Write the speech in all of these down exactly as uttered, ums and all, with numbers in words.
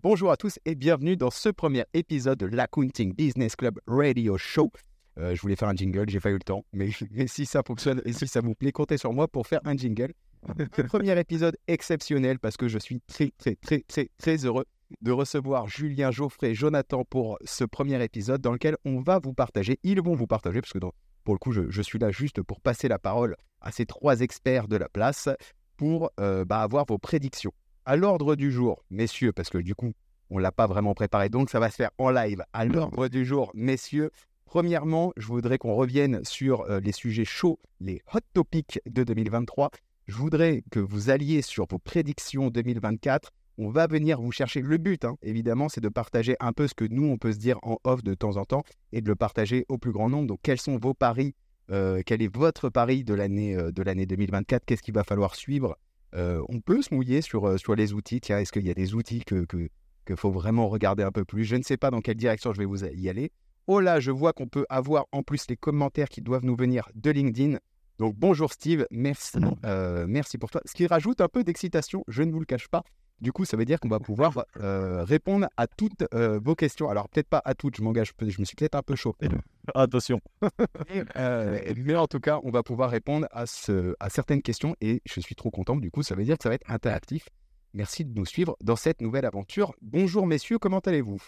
bonjour à tous et bienvenue dans ce premier épisode de l'Accounting Business Club Radio Show. Euh, je voulais faire un jingle, j'ai pas eu le temps, mais, mais si ça fonctionne et si ça vous plaît, comptez sur moi pour faire un jingle. Un premier épisode exceptionnel parce que je suis très très très très très heureux de recevoir Julien, Geoffrey, Jonathan pour ce premier épisode dans lequel on va vous partager, ils vont vous partager, parce que dans, pour le coup je, je suis là juste pour passer la parole à ces trois experts de la place pour euh, bah, avoir vos prédictions. À l'ordre du jour, messieurs, parce que du coup on ne l'a pas vraiment préparé, donc ça va se faire en live. À l'ordre du jour, messieurs, premièrement, je voudrais qu'on revienne sur euh, les sujets chauds, les hot topics de deux mille vingt-trois. Je voudrais que vous alliez sur vos prédictions deux mille vingt-quatre. On va venir vous chercher. Le but, hein, évidemment, c'est de partager un peu ce que nous, on peut se dire en off de temps en temps et de le partager au plus grand nombre. Donc, quels sont vos paris euh, Quel est votre pari de l'année, euh, de l'année deux mille vingt-quatre? Qu'est-ce qu'il va falloir suivre? euh, On peut se mouiller sur, euh, sur les outils. Tiens, est-ce qu'il y a des outils que, que, que faut vraiment regarder un peu plus? Je ne sais pas dans quelle direction je vais vous y aller. Oh là, je vois qu'on peut avoir en plus les commentaires qui doivent nous venir de LinkedIn. Donc bonjour Steve, merci, euh, merci pour toi. Ce qui rajoute un peu d'excitation, je ne vous le cache pas. Du coup, ça veut dire qu'on va pouvoir euh, répondre à toutes euh, vos questions. Alors peut-être pas à toutes, je m'engage, je me suis peut-être un peu chauffé. Attention. mais, euh, mais en tout cas, on va pouvoir répondre à, ce, à certaines questions et je suis trop content. Du coup, ça veut dire que ça va être interactif. Merci de nous suivre dans cette nouvelle aventure. Bonjour messieurs, comment allez-vous?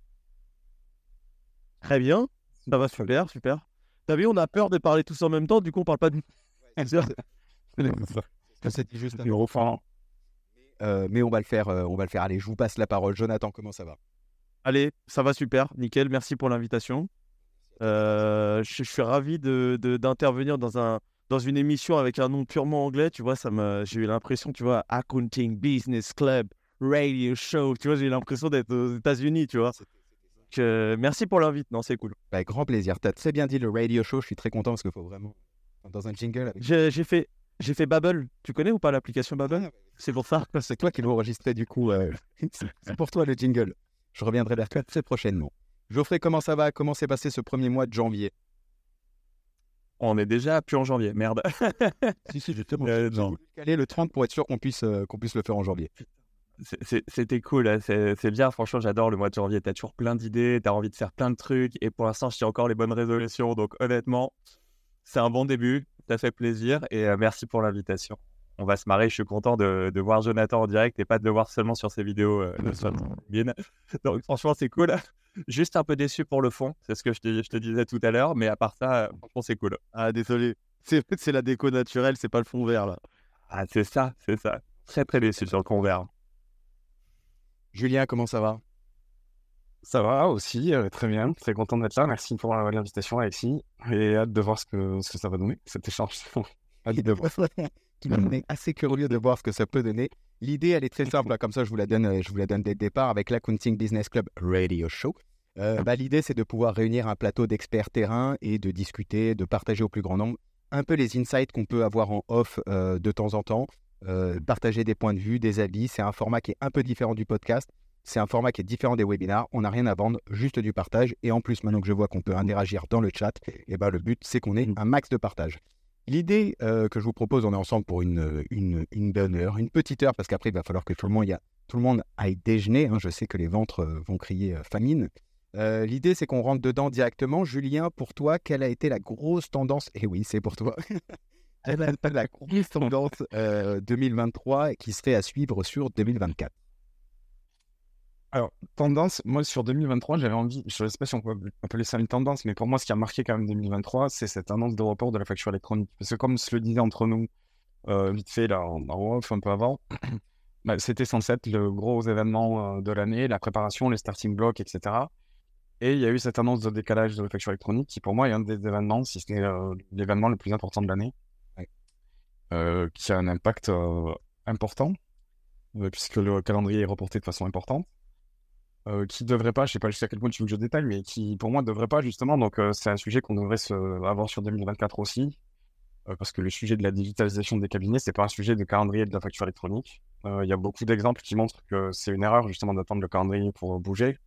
Très bien, ça va super, super. T'as vu, on a peur de parler tous en même temps, du coup on parle pas de... C'était juste un enfin. euh, Mais on va le faire, euh, on va le faire. Allez, je vous passe la parole. Jonathan, comment ça va? Allez, ça va super, nickel, merci pour l'invitation. Euh, je, je suis ravi de, de, d'intervenir dans, un, dans une émission avec un nom purement anglais, tu vois, ça m'a, j'ai eu l'impression, tu vois, Accounting Business Club Radio Show, tu vois, j'ai eu l'impression d'être aux États-Unis, tu vois. Donc, euh, merci pour l'invite, non, c'est cool. Bah, grand plaisir. Tu as très bien dit le radio show. Je suis très content parce qu'il faut vraiment dans un jingle. Avec... J'ai, j'ai fait, j'ai fait Babbel. Tu connais ou pas l'application Babbel? Ah, c'est pour ça. C'est toi qui l'as enregistré du coup. Euh... c'est pour toi le jingle. Je reviendrai vers toi très prochainement. Geoffrey, comment ça va? Comment s'est passé ce premier mois de janvier? On est déjà plus en janvier, merde. si, si, justement. Euh, j'ai voulu caler le trente pour être sûr qu'on puisse, euh, qu'on puisse le faire en janvier. C'est, c'est, c'était cool, hein. c'est, c'est bien, franchement j'adore le mois de janvier, t'as toujours plein d'idées, t'as envie de faire plein de trucs et pour l'instant je tiens encore les bonnes résolutions, donc honnêtement c'est un bon début, ça fait plaisir et euh, merci pour l'invitation. On va se marrer, je suis content de, de voir Jonathan en direct et pas de le voir seulement sur ses vidéos euh, sur LinkedIn. Donc franchement c'est cool, juste un peu déçu pour le fond, c'est ce que je te, je te disais tout à l'heure, mais à part ça, euh, franchement c'est cool. Ah désolé, c'est, c'est la déco naturelle, c'est pas le fond vert là. Ah c'est ça, c'est ça, très très déçu sur le fond vert. Julien, comment ça va? Ça va aussi, euh, très bien, très content d'être là. Merci pour euh, l'invitation, Alexis. Et hâte de voir ce que, ce que ça va donner, cet échange. hâte de voir. Tout le monde est assez curieux de voir ce que ça peut donner. L'idée, elle est très simple. Comme ça, je vous la donne, je vous la donne dès le départ avec l'Accounting Business Club Radio Show. Euh, bah, l'idée, c'est de pouvoir réunir un plateau d'experts terrain et de discuter, de partager au plus grand nombre un peu les insights qu'on peut avoir en off euh, de temps en temps. Euh, partager des points de vue, des avis. C'est un format qui est un peu différent du podcast. C'est un format qui est différent des webinars. On n'a rien à vendre, juste du partage. Et en plus, maintenant que je vois qu'on peut interagir dans le chat, et ben, le but, c'est qu'on ait un max de partage. L'idée euh, que je vous propose, on est ensemble pour une, une, une bonne heure, une petite heure, parce qu'après, il va falloir que tout le monde, y a, tout le monde aille déjeuner. Hein. Je sais que les ventres euh, vont crier euh, famine. Euh, l'idée, c'est qu'on rentre dedans directement. Julien, pour toi, quelle a été la grosse tendance? Eh oui, c'est pour toi. Elle a la grosse tendance euh, deux mille vingt-trois qui serait à suivre sur deux mille vingt-quatre. Alors, tendance, moi sur deux mille vingt-trois, j'avais envie, je ne sais pas si on peut appeler ça une tendance, mais pour moi, ce qui a marqué quand même deux mille vingt-trois, c'est cette annonce de report de la facture électronique. Parce que comme se le disait entre nous, euh, vite fait, là, en off, un peu avant, bah, c'était censé être le gros événement euh, de l'année, la préparation, les starting blocks, et cetera. Et il y a eu cette annonce de décalage de la facture électronique qui, pour moi, est un des événements, si ce n'est euh, l'événement le plus important de l'année. Euh, qui a un impact euh, important, euh, puisque le calendrier est reporté de façon importante, euh, qui ne devrait pas, je ne sais pas jusqu'à quel point tu veux que je détaille, mais qui pour moi ne devrait pas justement, donc euh, c'est un sujet qu'on devrait se, avoir sur deux mille vingt-quatre aussi, euh, parce que le sujet de la digitalisation des cabinets, ce n'est pas un sujet de calendrier de la facture électronique. Il euh, y a beaucoup d'exemples qui montrent que c'est une erreur justement d'attendre le calendrier pour bouger,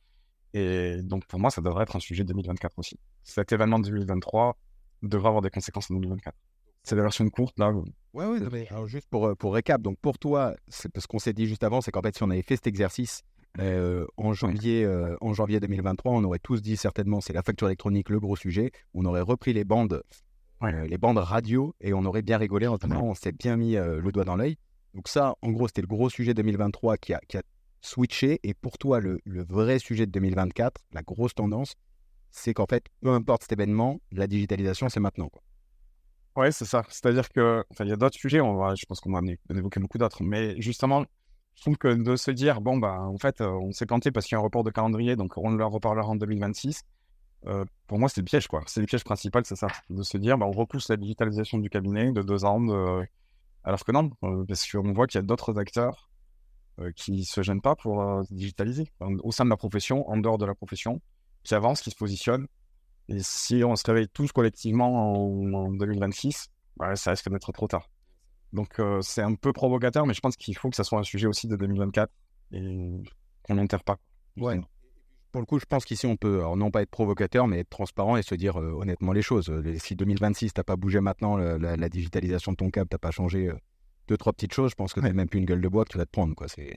et donc pour moi ça devrait être un sujet deux mille vingt-quatre aussi. Cet événement deux mille vingt-trois devrait avoir des conséquences en deux mille vingt-quatre. C'est la version courte, là. Ouais, ouais, mais alors juste pour, pour récap, donc pour toi, c'est parce qu'on s'est dit juste avant, c'est qu'en fait, si on avait fait cet exercice Euh, en, janvier, euh, en janvier deux mille vingt-trois, on aurait tous dit certainement c'est la facture électronique le gros sujet. On aurait repris les bandes, Ouais. euh, les bandes radio et on aurait bien rigolé en disant on s'est bien mis euh, le doigt dans l'œil. Donc ça, en gros, c'était le gros sujet deux mille vingt-trois qui a, qui a switché. Et pour toi, le, le vrai sujet de deux mille vingt-quatre, la grosse tendance, c'est qu'en fait, peu importe cet événement, la digitalisation, c'est maintenant, quoi. Ouais, c'est ça. C'est-à-dire que, enfin, il y a d'autres sujets, on va, je pense qu'on va en é- en évoquer beaucoup d'autres, mais justement, je trouve que de se dire, bon, bah, en fait, euh, on s'est planté parce qu'il y a un report de calendrier, donc on leur reparlera en deux mille vingt-six. Euh, pour moi, c'est le piège, quoi. C'est le piège principal, c'est ça. De se dire, bah, on repousse la digitalisation du cabinet de deux ans, de- alors que non, euh, parce qu'on voit qu'il y a d'autres acteurs euh, qui se gênent pas pour euh, se digitaliser, en- au sein de la profession, en dehors de la profession, qui avancent, qui se positionnent. Et si on se réveille tous collectivement en, en deux mille vingt-six, bah, ça risque d'être trop tard. Donc euh, c'est un peu provocateur, mais je pense qu'il faut que ça soit un sujet aussi de deux mille vingt-quatre et qu'on n'enterre pas. Ouais. justement. Pour le coup, je pense qu'ici, on peut, alors non pas être provocateur, mais être transparent et se dire euh, honnêtement les choses. Euh, Si deux mille vingt-six, t'as pas bougé maintenant le- la, la digitalisation de ton câble, t'as pas changé euh, deux, trois petites choses, je pense que Ouais. t'as même plus une gueule de bois que tu vas te prendre, quoi. C'est...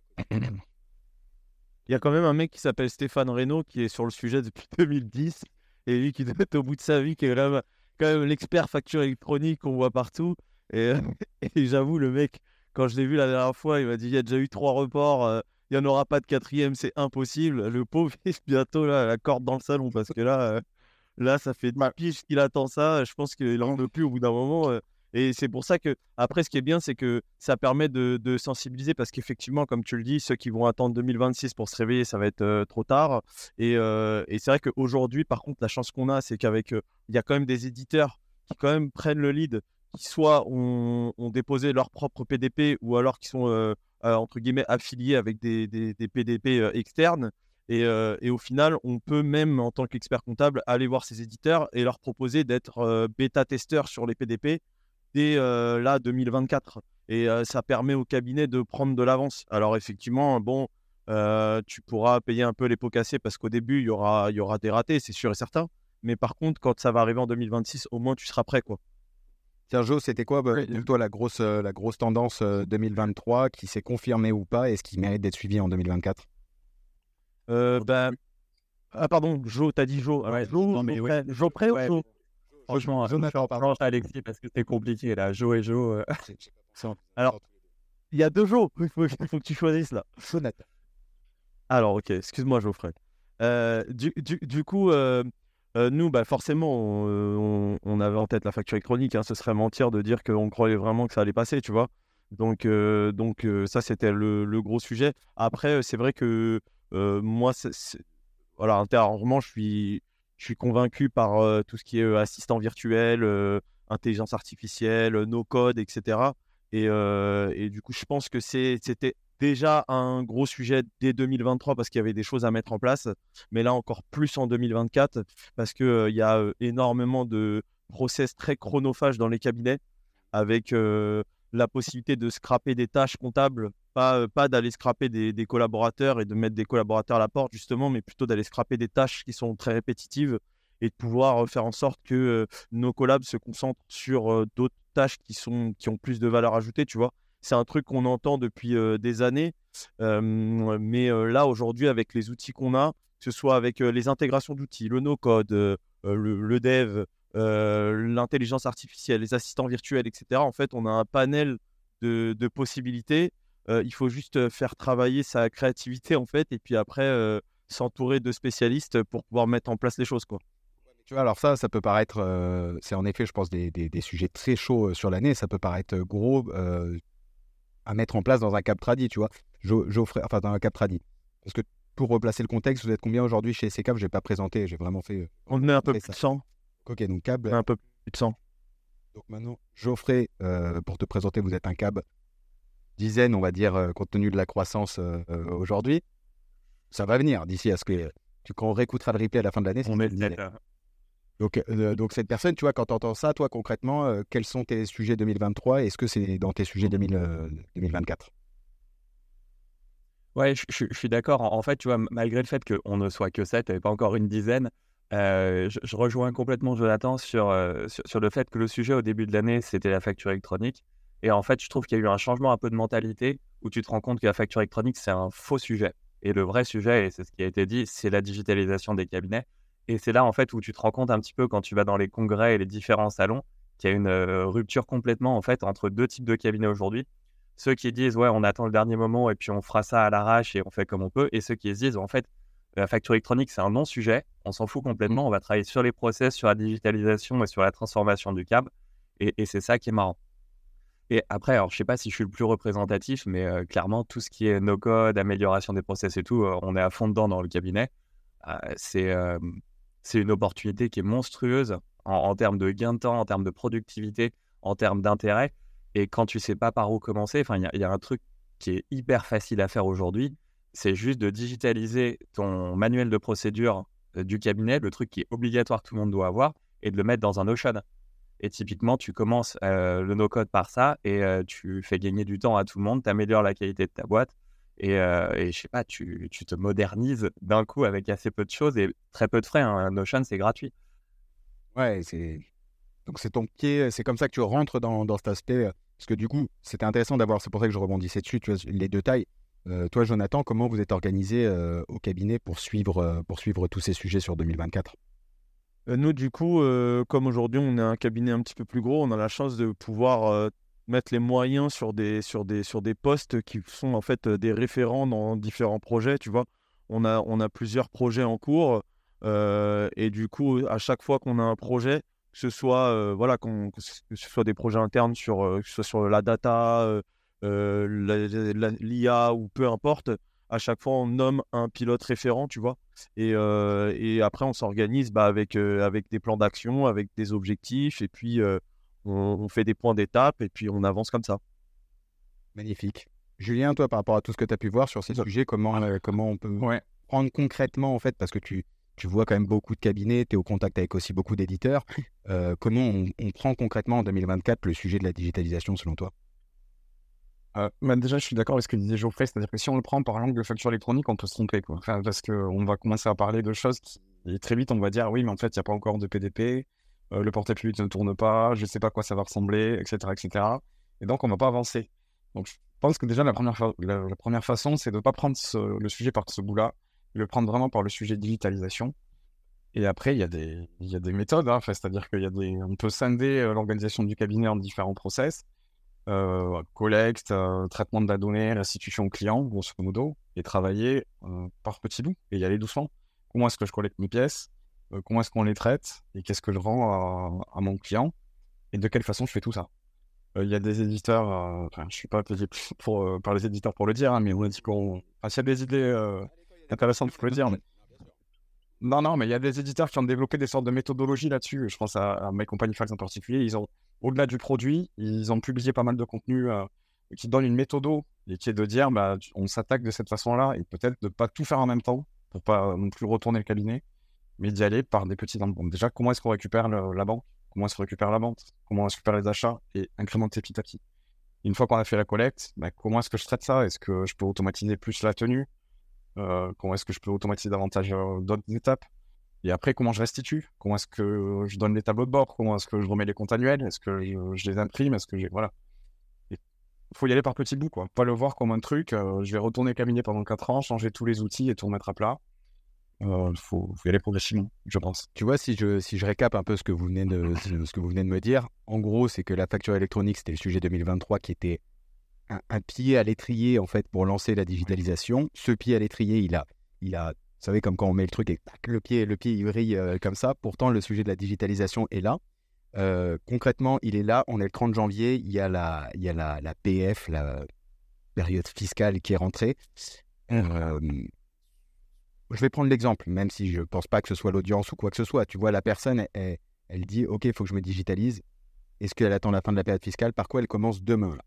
Il y a quand même un mec qui s'appelle Stéphane Reynaud qui est sur le sujet depuis deux mille dix et lui qui doit être au bout de sa vie, qui est là, quand même l'expert facture électronique qu'on voit partout. Et, euh, et j'avoue, le mec, quand je l'ai vu la dernière fois, il m'a dit il y a déjà eu trois reports, euh, il n'y en aura pas de quatrième, c'est impossible. Le pauvre, il est bientôt là, la corde dans le salon parce que là, euh, là ça fait dix piges qu'il attend ça. Je pense qu'il en veut plus au bout d'un moment. euh, Et c'est pour ça que, après, ce qui est bien, c'est que ça permet de, de sensibiliser parce qu'effectivement, comme tu le dis, ceux qui vont attendre deux mille vingt-six pour se réveiller, ça va être euh, trop tard. Et, euh, et c'est vrai qu'aujourd'hui, par contre, la chance qu'on a, c'est qu'avec, euh, il y a quand même des éditeurs qui quand même prennent le lead, qui soit ont, ont déposé leur propre P D P ou alors qui sont, euh, euh, entre guillemets, affiliés avec des, des, des P D P euh, externes. Et, euh, et au final, on peut même, en tant qu'expert comptable, aller voir ces éditeurs et leur proposer d'être euh, bêta-testeurs sur les P D P dès euh, là deux mille vingt-quatre. Et euh, ça permet au cabinet de prendre de l'avance. Alors effectivement, bon, euh, tu pourras payer un peu les pots cassés parce qu'au début, il y aura, il y aura des ratés, c'est sûr et certain. Mais par contre, quand ça va arriver en deux mille vingt-six, au moins tu seras prêt, quoi. Sergio, c'était quoi, bah, pour toi, la grosse, euh, la grosse tendance euh, deux mille vingt-trois qui s'est confirmée ou pas et ce qui mérite d'être suivi en deux mille vingt-quatre? Euh, ben... Ah pardon, Jo, t'as dit Jo. Alors, Ouais, Jo, non, mais Geoffrey, Geoffrey ou Ouais. Jo? Franchement, Jonathan, pardon. Franchement, Alexis, parce que c'est compliqué là. Jo et Jo. euh, Alors, il y a deux Jo, il faut, il faut que tu choisisses là. Jonathan. Alors, ok, excuse-moi, Geoffrey. Euh, du, du, du coup, euh, euh, nous, bah, forcément, on, euh, on- on avait en tête la facture électronique, hein. Ce serait mentir de dire qu'on croyait vraiment que ça allait passer, tu vois. Donc, euh, donc euh, ça, c'était le, le gros sujet. Après, euh, c'est vrai que euh, moi, c'est- c'est- voilà, intérieurement, je suis, je suis convaincu par euh, tout ce qui est euh, assistant virtuel, euh, intelligence artificielle, euh, no-code, et cetera. Et, euh, et du coup, je pense que c'est- c'était déjà un gros sujet dès deux mille vingt-trois parce qu'il y avait des choses à mettre en place, mais là encore plus en deux mille vingt-quatre parce qu'il y a euh, énormément de process très chronophages dans les cabinets avec euh, la possibilité de scraper des tâches comptables, pas, euh, pas d'aller scraper des, des collaborateurs et de mettre des collaborateurs à la porte justement, mais plutôt d'aller scraper des tâches qui sont très répétitives et de pouvoir euh, faire en sorte que euh, nos collabs se concentrent sur euh, d'autres tâches qui, sont, qui ont plus de valeur ajoutée, tu vois. C'est un truc qu'on entend depuis euh, des années, euh, mais euh, là aujourd'hui avec les outils qu'on a, que ce soit avec euh, les intégrations d'outils, le no-code, euh, le, le dev, euh, l'intelligence artificielle, les assistants virtuels, et cetera. En fait, on a un panel de, de possibilités. Euh, il faut juste euh, faire travailler sa créativité, en fait, et puis après, euh, s'entourer de spécialistes pour pouvoir mettre en place les choses, quoi. Tu vois, alors ça, ça peut paraître, euh, c'est en effet, je pense, des, des, des sujets très chauds euh, sur l'année. Ça peut paraître euh, gros euh, à mettre en place dans un cap tradi, tu vois. Jo- Geoffrey, enfin, dans un cap tradi. Parce que pour replacer le contexte, vous êtes combien aujourd'hui chez S C Cap? Je n'ai pas présenté, j'ai vraiment fait. euh, On est un peu fait plus ça. de cent. Ok, donc cab. On est un peu plus de cent. Donc maintenant, Geoffrey, euh, pour te présenter, vous êtes un cab dizaine, on va dire, euh, compte tenu de la croissance euh, euh, aujourd'hui. Ça va venir d'ici à ce que tu, quand on réécoutera le replay à la fin de l'année. On c'est est une le dizaine. Donc, euh, donc cette personne, tu vois, quand tu entends ça, toi concrètement, euh, quels sont tes sujets deux mille vingt-trois? Est-ce que c'est dans tes sujets deux mille, euh, deux mille vingt-quatre? Ouais, je, je- je suis d'accord. En, en fait, tu vois, m- malgré le fait qu'on ne soit que sept et pas encore une dizaine, euh, je, je rejoins complètement Jonathan sur, euh, sur, sur le fait que le sujet au début de l'année, c'était la facture électronique. Et en fait, je trouve qu'il y a eu un changement un peu de mentalité où tu te rends compte que la facture électronique, c'est un faux sujet. Et le vrai sujet, et c'est ce qui a été dit, c'est la digitalisation des cabinets. Et c'est là, en fait, où tu te rends compte un petit peu quand tu vas dans les congrès et les différents salons, qu'il y a une euh, rupture complètement, en fait, entre deux types de cabinets aujourd'hui. Ceux qui disent, ouais, on attend le dernier moment et puis on fera ça à l'arrache et on fait comme on peut. Et ceux qui se disent, en fait, la facture électronique, c'est un non-sujet. On s'en fout complètement. On va travailler sur les process, sur la digitalisation et sur la transformation du C A B. Et, et c'est ça qui est marrant. Et après, alors, je sais pas si je suis le plus représentatif, mais euh, clairement, tout ce qui est no-code, amélioration des process et tout, euh, on est à fond dedans dans le cabinet. Euh, c'est, euh, c'est une opportunité qui est monstrueuse en, en termes de gain de temps, en termes de productivité, en termes d'intérêt. Et quand tu sais pas par où commencer, enfin, il y, a- il y a un truc qui est hyper facile à faire aujourd'hui, c'est juste de digitaliser ton manuel de procédure euh, du cabinet, le truc qui est obligatoire, tout le monde doit avoir, et de le mettre dans un Notion. Et typiquement, tu commences euh, le no-code par ça et euh, tu fais gagner du temps à tout le monde, tu améliores la qualité de ta boîte et, euh, et je sais pas, tu, tu te modernises d'un coup avec assez peu de choses et très peu de frais. Hein. Notion, c'est gratuit. Ouais, c'est donc c'est ton pied, c'est comme ça que tu rentres dans, dans cet aspect. euh, Parce que du coup, c'était intéressant d'avoir, c'est pour ça que je rebondissais dessus, tu vois, les détails. Euh, toi, Jonathan, comment vous êtes organisé euh, au cabinet pour suivre, euh, pour suivre tous ces sujets sur deux mille vingt-quatre? Euh, nous, du coup, euh, comme aujourd'hui, on est un cabinet un petit peu plus gros, on a la chance de pouvoir euh, mettre les moyens sur des, sur des, sur des postes qui sont en fait euh, des référents dans différents projets, tu vois. On a, on a plusieurs projets en cours euh, et du coup, à chaque fois qu'on a un projet, que ce soit, euh, voilà, qu'on- que ce que ce soit des projets internes sur, euh, que ce soit sur la data, euh, euh, la- la- l'I A ou peu importe, à chaque fois, on nomme un pilote référent, tu vois. Et, euh, et après, on s'organise bah, avec, euh, avec des plans d'action, avec des objectifs, et puis euh, on, on fait des points d'étape, et puis on avance comme ça. Magnifique. Julien, toi, par rapport à tout ce que tu as pu voir sur ces Bah, sujets, comment, euh, comment on peut Ouais. prendre concrètement, en fait, parce que tu, tu vois quand même beaucoup de cabinets, tu es au contact avec aussi beaucoup d'éditeurs. Euh, comment on, on prend concrètement en deux mille vingt-quatre le sujet de la digitalisation selon toi? Euh, bah, déjà, je suis d'accord avec ce que disait Geoffrey, c'est-à-dire que si on le prend par l'angle de facture électronique, on peut se tromper, quoi. Enfin, parce qu'on va commencer à parler de choses qui, et très vite, on va dire, oui, mais en fait, il n'y a pas encore de P D P, euh, le portail public ne tourne pas, je ne sais pas à quoi ça va ressembler, et cetera, et cetera. Et donc, on ne va pas avancer. Donc, je pense que déjà, la première, fa- la, la première façon, c'est de ne pas prendre ce- le sujet par ce bout-là, de le prendre vraiment par le sujet digitalisation. Et après, il y a des, il y a des méthodes, hein. Enfin, c'est-à-dire qu'il y a des, on peut scinder euh, l'organisation du cabinet en différents process euh, collecte, euh, traitement de la donnée, restitution au client, grosso modo, et travailler euh, par petits bouts et y aller doucement. Comment est-ce que je collecte mes pièces? Euh, comment est-ce qu'on les traite? Et qu'est-ce que je rends à, à mon client? Et de quelle façon je fais tout ça? Euh, Il y a des éditeurs, euh, enfin, je suis pas payé pour, euh, par les éditeurs pour le dire, hein, mais on a dit qu'on... Enfin, s'il y a des idées euh, intéressantes, il faut le dire. Mais... Non, non, mais il y a des éditeurs qui ont développé des sortes de méthodologies là-dessus. Je pense à, à My Company Files en particulier. Ils ont, au-delà du produit, ils ont publié pas mal de contenu euh, qui donne une méthodo et qui est de dire, bah, tu- on s'attaque de cette façon-là et peut-être de pas tout faire en même temps pour pas euh, non plus retourner le cabinet, mais d'y aller par des petits temps. Déjà, comment est-ce qu'on récupère le- la banque? Comment est-ce qu'on récupère la vente? Comment est-ce qu'on récupère les achats et incrémenter petit à petit. Une fois qu'on a fait la collecte, bah, comment est-ce que je traite ça? Est-ce que je peux automatiser plus la tenue? Euh, comment est-ce que je peux automatiser davantage euh, d'autres étapes? Et après, comment je restitue? Comment est-ce que je donne les tableaux de bord? Comment est-ce que je remets les comptes annuels? Est-ce que je, je les imprime? Est-ce que j'ai... Voilà. Il faut y aller par petits bouts, quoi. Pas le voir comme un truc. euh, je vais retourner le cabinet pendant quatre ans, changer tous les outils et tout remettre à plat. Il faut, faut y aller progressivement, je pense. Tu vois, si je, si je récap un peu ce que vous venez de, ce que vous venez de me dire, en gros, c'est que la facture électronique, c'était le sujet deux mille vingt-trois qui était un, un pied à l'étrier, en fait, pour lancer la digitalisation. Ce pied à l'étrier, il a, il a, vous savez, comme quand on met le truc et tac, le pied, le pied, il brille euh, comme ça. Pourtant, le sujet de la digitalisation est là. Euh, concrètement, il est là. On est le trente janvier. Il y a la, il y a la, la P F, la période fiscale qui est rentrée. Euh, je vais prendre l'exemple, même si je ne pense pas que ce soit l'audience ou quoi que ce soit. Tu vois, la personne, elle, elle, elle dit, OK, il faut que je me digitalise. Est-ce qu'elle attend la fin de la période fiscale? Par quoi elle commence demain là?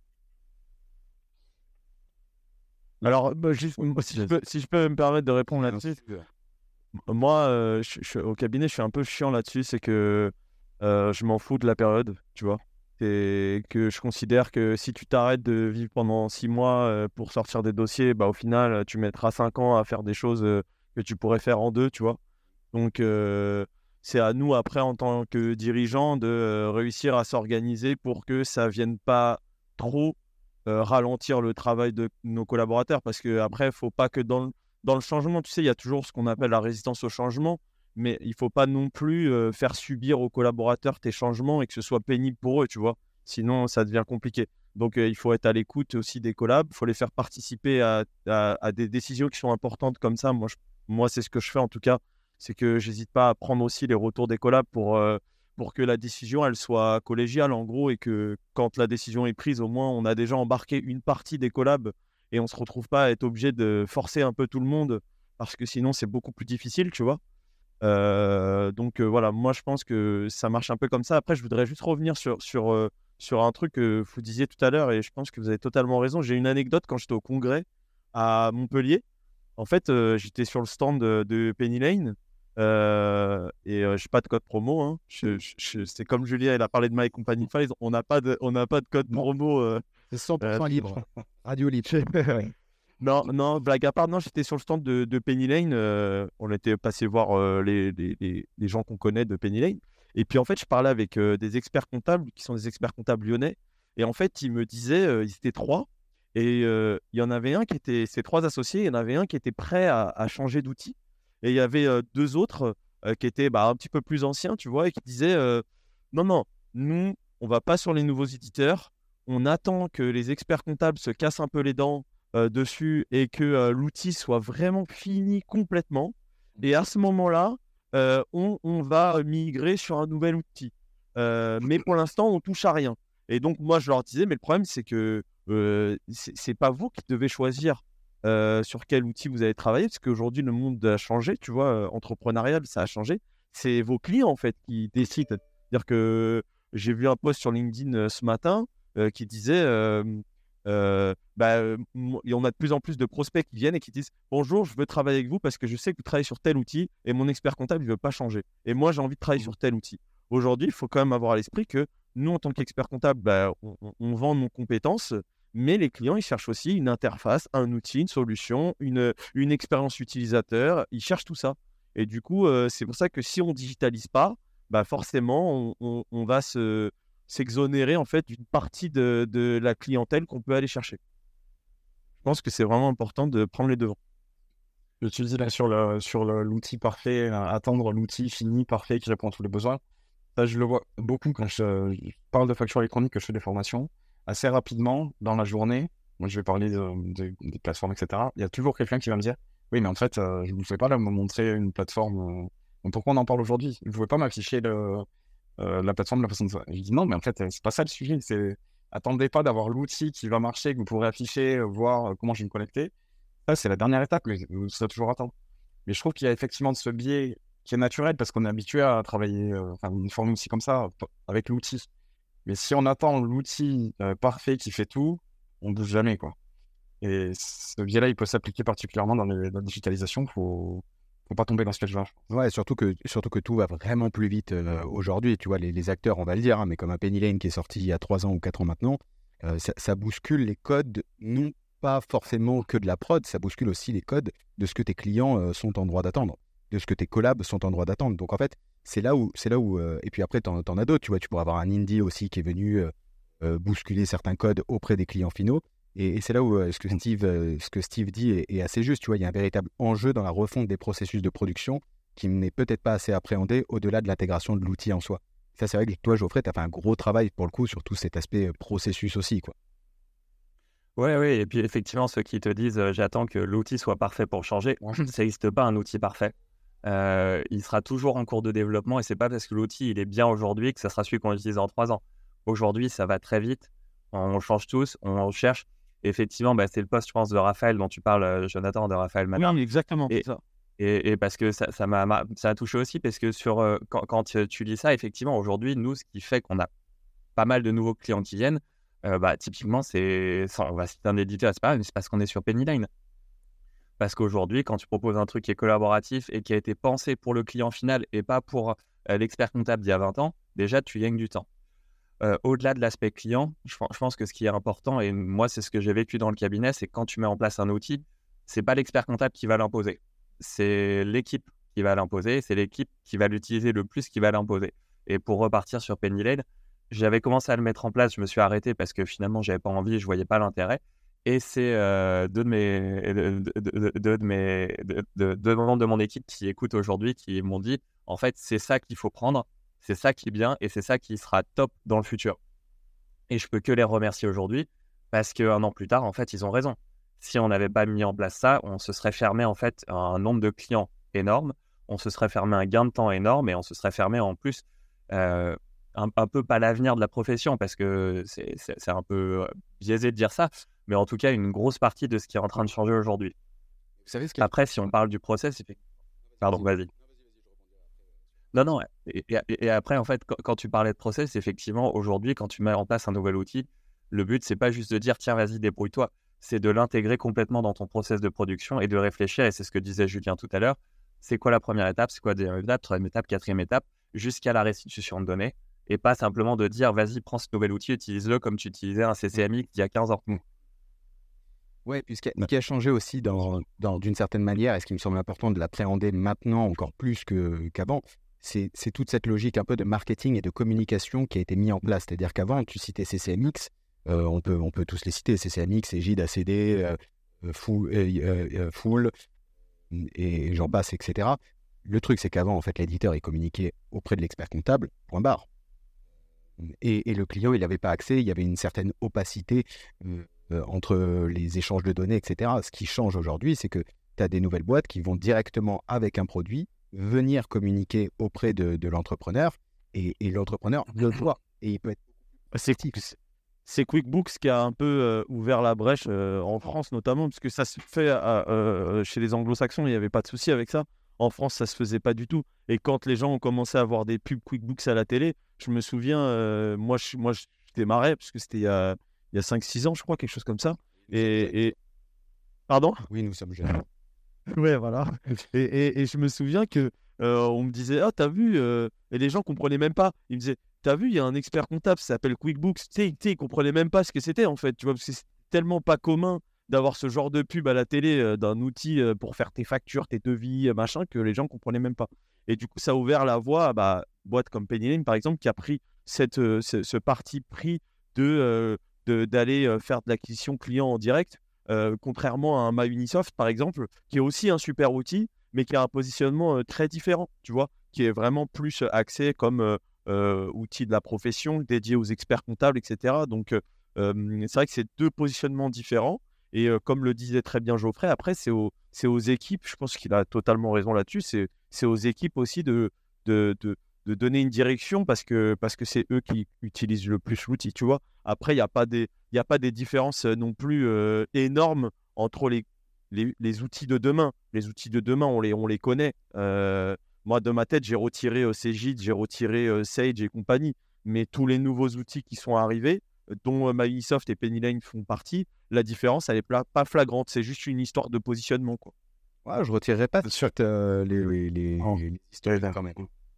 Alors, bah, juste, moi, si, je peux, si je peux me permettre de répondre là-dessus, moi, euh, je, je- au cabinet, je suis un peu chiant là-dessus, c'est que euh, je m'en fous de la période, tu vois. Et que je considère que si tu t'arrêtes de vivre pendant six mois euh, pour sortir des dossiers, bah, au final, tu mettras cinq ans à faire des choses euh, que tu pourrais faire en deux, tu vois. Donc, euh, c'est à nous, après, en tant que dirigeants, de euh, réussir à s'organiser pour que ça vienne pas trop euh, ralentir le travail de nos collaborateurs. Parce que après, il faut pas que dans, le- dans le changement, tu sais, il y a toujours ce qu'on appelle la résistance au changement, mais il ne faut pas non plus euh, faire subir aux collaborateurs tes changements et que ce soit pénible pour eux, tu vois. Sinon, ça devient compliqué. Donc, euh, il faut être à l'écoute aussi des collabs, il faut les faire participer à, à, à des décisions qui sont importantes comme ça. Moi, je, moi, c'est ce que je fais en tout cas, c'est que j'hésite pas à prendre aussi les retours des collabs pour, euh, pour que la décision, elle soit collégiale en gros, et que quand la décision est prise, au moins, on a déjà embarqué une partie des collabs et on ne se retrouve pas à être obligé de forcer un peu tout le monde parce que sinon, c'est beaucoup plus difficile, tu vois. Euh, donc euh, voilà, moi je pense que ça marche un peu comme ça. Après, je voudrais juste revenir sur, sur, euh, sur un truc que vous disiez tout à l'heure et je pense que vous avez totalement raison. J'ai une anecdote quand j'étais au congrès à Montpellier. En fait, euh, j'étais sur le stand de, de Penny Lane euh, et euh, je n'ai pas de code promo. Hein. Je, je, je, c'est comme Julien, il a parlé de My Company Files. On n'a pas, pas de code promo. Euh, C'est cent pour cent euh, libre. Radio libre. Non, non, blague à part, non, j'étais sur le stand de, de Penny Lane. Euh, on était passé voir euh, les, les, les, les gens qu'on connaît de Penny Lane. Et puis en fait, je parlais avec euh, des experts comptables qui sont des experts comptables lyonnais. Et en fait, ils me disaient, euh, ils étaient trois. Et euh, il y en avait un qui était, ces trois associés, il y en avait un qui était prêt à, à changer d'outil. Et il y avait euh, deux autres euh, qui étaient bah, un petit peu plus anciens, tu vois, et qui disaient euh, non, non, nous, on va pas sur les nouveaux éditeurs. On attend que les experts comptables se cassent un peu les dents Euh, dessus et que euh, l'outil soit vraiment fini complètement. Et à ce moment-là, euh, on, on va migrer sur un nouvel outil. Euh, mais pour l'instant, on touche à rien. Et donc, moi, je leur disais, mais le problème, c'est que euh, c'est, c'est pas vous qui devez choisir euh, sur quel outil vous allez travailler, parce qu'aujourd'hui, le monde a changé, tu vois, euh, entrepreneurial, ça a changé. C'est vos clients, en fait, qui décident. C'est-à-dire que j'ai vu un post sur LinkedIn euh, ce matin euh, qui disait... Euh, Euh, bah, euh, on a de plus en plus de prospects qui viennent et qui disent bonjour, je veux travailler avec vous parce que je sais que vous travaillez sur tel outil et mon expert comptable ne veut pas changer. Et moi, j'ai envie de travailler sur tel outil. Aujourd'hui, il faut quand même avoir à l'esprit que nous, en tant qu'expert comptable, bah, on, on vend nos compétences, mais les clients, ils cherchent aussi une interface, un outil, une solution, une, une expérience utilisateur. Ils cherchent tout ça. Et du coup, euh, c'est pour ça que si on ne digitalise pas, bah, forcément, on, on, on va se s'exonérer en fait d'une partie de, de la clientèle qu'on peut aller chercher. Je pense que c'est vraiment important de prendre les devants. Tu dis là sur, le, sur le, l'outil parfait, euh, attendre l'outil fini, parfait, qui répond à tous les besoins. Ça, je le vois beaucoup quand je, je parle de facture électronique, que je fais des formations. Assez rapidement, dans la journée, moi je vais parler de, de, des plateformes, et cetera. Il y a toujours quelqu'un qui va me dire oui, mais en fait, euh, je ne vous fais pas là me montrer une plateforme. Euh, pourquoi on en parle aujourd'hui? Vous ne pouvez pas m'afficher le. Euh, la plateforme de la façon de... Je dis non, mais en fait, c'est pas ça le sujet. C'est attendez pas d'avoir l'outil qui va marcher, que vous pourrez afficher, euh, voir euh, comment je vais me connecter. Ça, c'est la dernière étape, mais vous serez toujours attendre. Mais je trouve qu'il y a effectivement ce biais qui est naturel parce qu'on est habitué à travailler, euh, enfin, une forme aussi comme ça, avec l'outil. Mais si on attend l'outil euh, parfait qui fait tout, on bouge jamais, quoi. Et ce biais-là, il peut s'appliquer particulièrement dans, les, dans la digitalisation. Il faut... faut pas tomber dans ce piège-là. Ouais, surtout que, surtout que tout va vraiment plus vite euh, aujourd'hui. Tu vois, les, les acteurs, on va le dire, hein, mais comme un Penny Lane qui est sorti il y a trois ans ou quatre ans maintenant, euh, ça, ça bouscule les codes, non pas forcément que de la prod, ça bouscule aussi les codes de ce que tes clients euh, sont en droit d'attendre, de ce que tes collabs sont en droit d'attendre. Donc en fait, c'est là où... C'est là où euh, et puis après, tu en as d'autres. Tu vois, tu pourras avoir un indie aussi qui est venu euh, euh, bousculer certains codes auprès des clients finaux. Et, et c'est là où euh, ce, que Steve, euh, ce que Steve dit est, est assez juste. Tu vois, il y a un véritable enjeu dans la refonte des processus de production qui n'est peut-être pas assez appréhendé au-delà de l'intégration de l'outil en soi. Ça, c'est vrai que toi, Geoffrey, tu as fait un gros travail pour le coup sur tout cet aspect processus aussi, quoi. Ouais, oui, et puis effectivement, ceux qui te disent euh, j'attends que l'outil soit parfait pour changer, ça n'existe pas un outil parfait. Euh, il sera toujours en cours de développement et c'est pas parce que l'outil il est bien aujourd'hui que ça sera celui qu'on utilise en trois ans. Aujourd'hui, ça va très vite, on change tous, on cherche. Effectivement, bah, c'est le poste, je pense, de Raphaël dont tu parles, euh, Jonathan, de Raphaël Matin. Oui, exactement, et, c'est ça. Et, et parce que ça, ça, m'a, ça a touché aussi, parce que sur, euh, quand, quand tu lis ça, effectivement, aujourd'hui, nous, ce qui fait qu'on a pas mal de nouveaux clients qui viennent, euh, bah, typiquement, c'est, on va citer un éditeur, c'est pas grave, mais c'est parce qu'on est sur Penny Lane. Parce qu'aujourd'hui, quand tu proposes un truc qui est collaboratif et qui a été pensé pour le client final et pas pour euh, l'expert comptable d'il y a vingt ans, déjà, tu gagnes du temps. Euh, au-delà de l'aspect client, je, je pense que ce qui est important, et moi, c'est ce que j'ai vécu dans le cabinet, c'est que quand tu mets en place un outil, c'est pas l'expert comptable qui va l'imposer. C'est l'équipe qui va l'imposer, c'est l'équipe qui va l'utiliser le plus qui va l'imposer. Et pour repartir sur Penny Lane, j'avais commencé à le mettre en place, je me suis arrêté parce que finalement, j'avais pas envie, je voyais pas l'intérêt. Et c'est euh, deux de mes, deux, deux- deux de mes, deux, deux- deux membres de mon équipe qui écoutent aujourd'hui, qui m'ont dit, en fait, c'est ça qu'il faut prendre, c'est ça qui est bien et c'est ça qui sera top dans le futur. Et je peux que les remercier aujourd'hui parce qu'un an plus tard, en fait, ils ont raison. Si on n'avait pas mis en place ça, on se serait fermé en fait un nombre de clients énorme, on se serait fermé un gain de temps énorme et on se serait fermé en plus euh, un, un peu pas l'avenir de la profession parce que c'est, c'est, c'est un peu euh, biaisé de dire ça, mais en tout cas une grosse partie de ce qui est en train de changer aujourd'hui. Vous savez ce qu'il y a- Après, si on parle du process, effectivement. Pardon, vas-y. Non, non, et, et- et après, en fait, quand, quand tu parlais de process, effectivement, aujourd'hui, quand tu mets en place un nouvel outil, le but, c'est pas juste de dire, tiens, vas-y, débrouille-toi, c'est de l'intégrer complètement dans ton process de production et de réfléchir, et c'est ce que disait Julien tout à l'heure, c'est quoi la première étape, c'est quoi la deuxième étape, troisième étape, quatrième étape, jusqu'à la restitution de données, et pas simplement de dire, vas-y, prends ce nouvel outil, utilise-le comme tu utilisais un C C M X il y a quinze ans. Ouais, puis ce qui a, ce qui a changé aussi dans, dans- d'une certaine manière, et ce qui me semble important de l'appréhender maintenant encore plus que, qu'avant, c'est, c'est toute cette logique un peu de marketing et de communication qui a été mise en place. C'est-à-dire qu'avant, tu citais C C M X, euh, on, peut, on peut tous les citer, C C M X, Egide, A C D, euh, euh, Full, euh, euh, euh, Full, et j'en passe, et cetera. Le truc, c'est qu'avant, en fait, l'éditeur, il communiquait auprès de l'expert comptable, point barre. Et, et le client, il n'avait pas accès, il y avait une certaine opacité euh, euh, entre les échanges de données, et cetera. Ce qui change aujourd'hui, c'est que tu as des nouvelles boîtes qui vont directement avec un produit venir communiquer auprès de, de l'entrepreneur et, et l'entrepreneur le voit. Et il peut être C'est, c'est QuickBooks qui a un peu euh, ouvert la brèche euh, en France notamment, parce que ça se fait à- euh, chez les anglo-saxons, il n'y avait pas de souci avec ça. En France, ça se faisait pas du tout. Et quand les gens ont commencé à voir des pubs QuickBooks à la télé, je me souviens, euh, moi, je, moi, je démarrais, parce que c'était il y a, il y a cinq six ans, je crois, quelque chose comme ça. Et, et... Pardon? Oui, nous sommes jeunes. Ouais, voilà. Et, et, et je me souviens que euh, on me disait, ah, t'as vu, euh, et les gens comprenaient même pas. Ils me disaient, t'as vu, il y a un expert comptable, ça s'appelle QuickBooks. Tu sais, tu sais, ils comprenaient même pas ce que c'était en fait, tu vois, parce que c'est tellement pas commun d'avoir ce genre de pub à la télé euh, d'un outil euh, pour faire tes factures, tes devis, euh, machin, que les gens comprenaient même pas. Et du coup, ça a ouvert la voie à bah, boîte comme Penny Lane, par exemple, qui a pris cette, euh, ce, ce parti pris de, euh, de, d'aller euh, faire de l'acquisition client en direct. Euh, contrairement à un MyUnisoft, par exemple, qui est aussi un super outil, mais qui a un positionnement euh, très différent, tu vois, qui est vraiment plus euh, axé comme euh, euh, outil de la profession, dédié aux experts comptables, et cetera. Donc, euh, euh, c'est vrai que c'est deux positionnements différents. Et euh, comme le disait très bien Geoffrey, après, c'est aux, c'est aux équipes, je pense qu'il a totalement raison là-dessus, c'est, c'est aux équipes aussi de, de, de, de donner une direction parce que, parce que c'est eux qui utilisent le plus l'outil, tu vois. Après, il n'y a pas des il n'y a pas des différences euh, non plus euh, énormes entre les, les, les outils de demain. Les outils de demain, on les, on les connaît. Euh, moi, de ma tête, j'ai retiré euh, Cegid, j'ai retiré euh, Sage et compagnie. Mais tous les nouveaux outils qui sont arrivés, euh, dont euh, MyUnisoft et Penny Lane font partie, la différence, elle n'est pla- pas flagrante. C'est juste une histoire de positionnement, quoi. Ouais, je ne retirerai pas sur euh, les, les, les, Oh. les histoires quand même.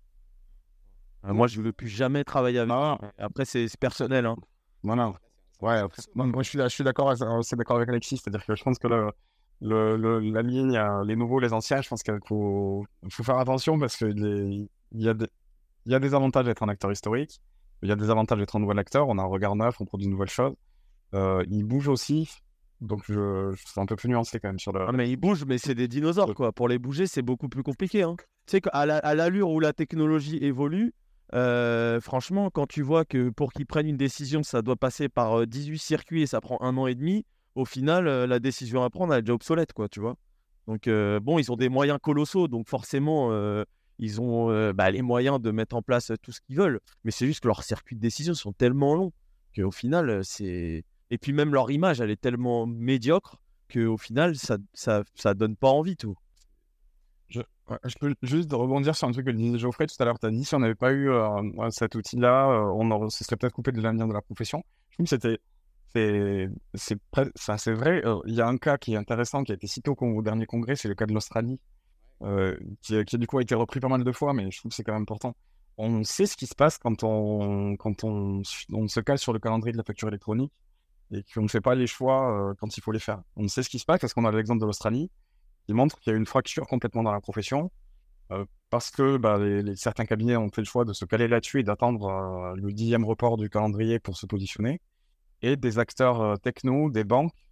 Euh, moi, je ne veux plus jamais travailler avec. Non, Après, c'est c'est personnel. Hein. voilà. Ouais, après, moi, moi, je suis, je suis d'accord, c'est d'accord avec Alexis, c'est-à-dire que je pense que le, le, le- la ligne, euh, les nouveaux, les anciens, je pense qu'il faut, il faut faire attention parce qu'il y a des, il y a des avantages d'être un acteur historique, il y a des avantages d'être un nouvel acteur, on a un regard neuf, on produit de nouvelles choses. Euh, il bouge aussi, donc je, je suis un peu plus nuancé quand même sur le... Ah, mais ils bougent, mais c'est des dinosaures, quoi. Pour les bouger, c'est beaucoup plus compliqué. Hein. Tu sais, qu'à la- à l'allure où la technologie évolue, euh, franchement, quand tu vois que pour qu'ils prennent une décision, ça doit passer par euh, dix-huit circuits et ça prend un an et demi, au final, euh, la décision à prendre, elle est déjà obsolète, quoi, tu vois. Donc, euh, bon, ils ont des moyens colossaux, donc forcément, euh, ils ont euh, bah, les moyens de mettre en place tout ce qu'ils veulent. Mais c'est juste que leurs circuits de décision sont tellement longs qu'au final, euh, c'est... Et puis même leur image, elle est tellement médiocre qu'au final, ça, ça, ça donne pas envie, tout. Je, ouais, je peux juste rebondir sur un truc que disait Geoffrey tout à l'heure. Tu as dit si on n'avait pas eu euh, cet outil-là, euh, on aurait- se serait peut-être coupé de l'avenir de la profession. Je trouve que c'était. C'est c'est pre- enfin, c'est vrai. euh, Il y a un cas qui est intéressant qui a été cité au, con- au dernier congrès, c'est le cas de l'Australie, euh, qui, qui du coup a été repris pas mal de fois, mais je trouve que c'est quand même important. On sait ce qui se passe quand on, quand on, on se cale sur le calendrier de la facture électronique et qu'on ne fait pas les choix euh, quand il faut les faire. On sait ce qui se passe parce qu'on a l'exemple de l'Australie qui montre qu'il y a une fracture complètement dans la profession euh, parce que bah, les, les- certains cabinets ont fait le choix de se caler là-dessus et d'attendre euh, le dixième report du calendrier pour se positionner. Et des acteurs euh, techno, des banques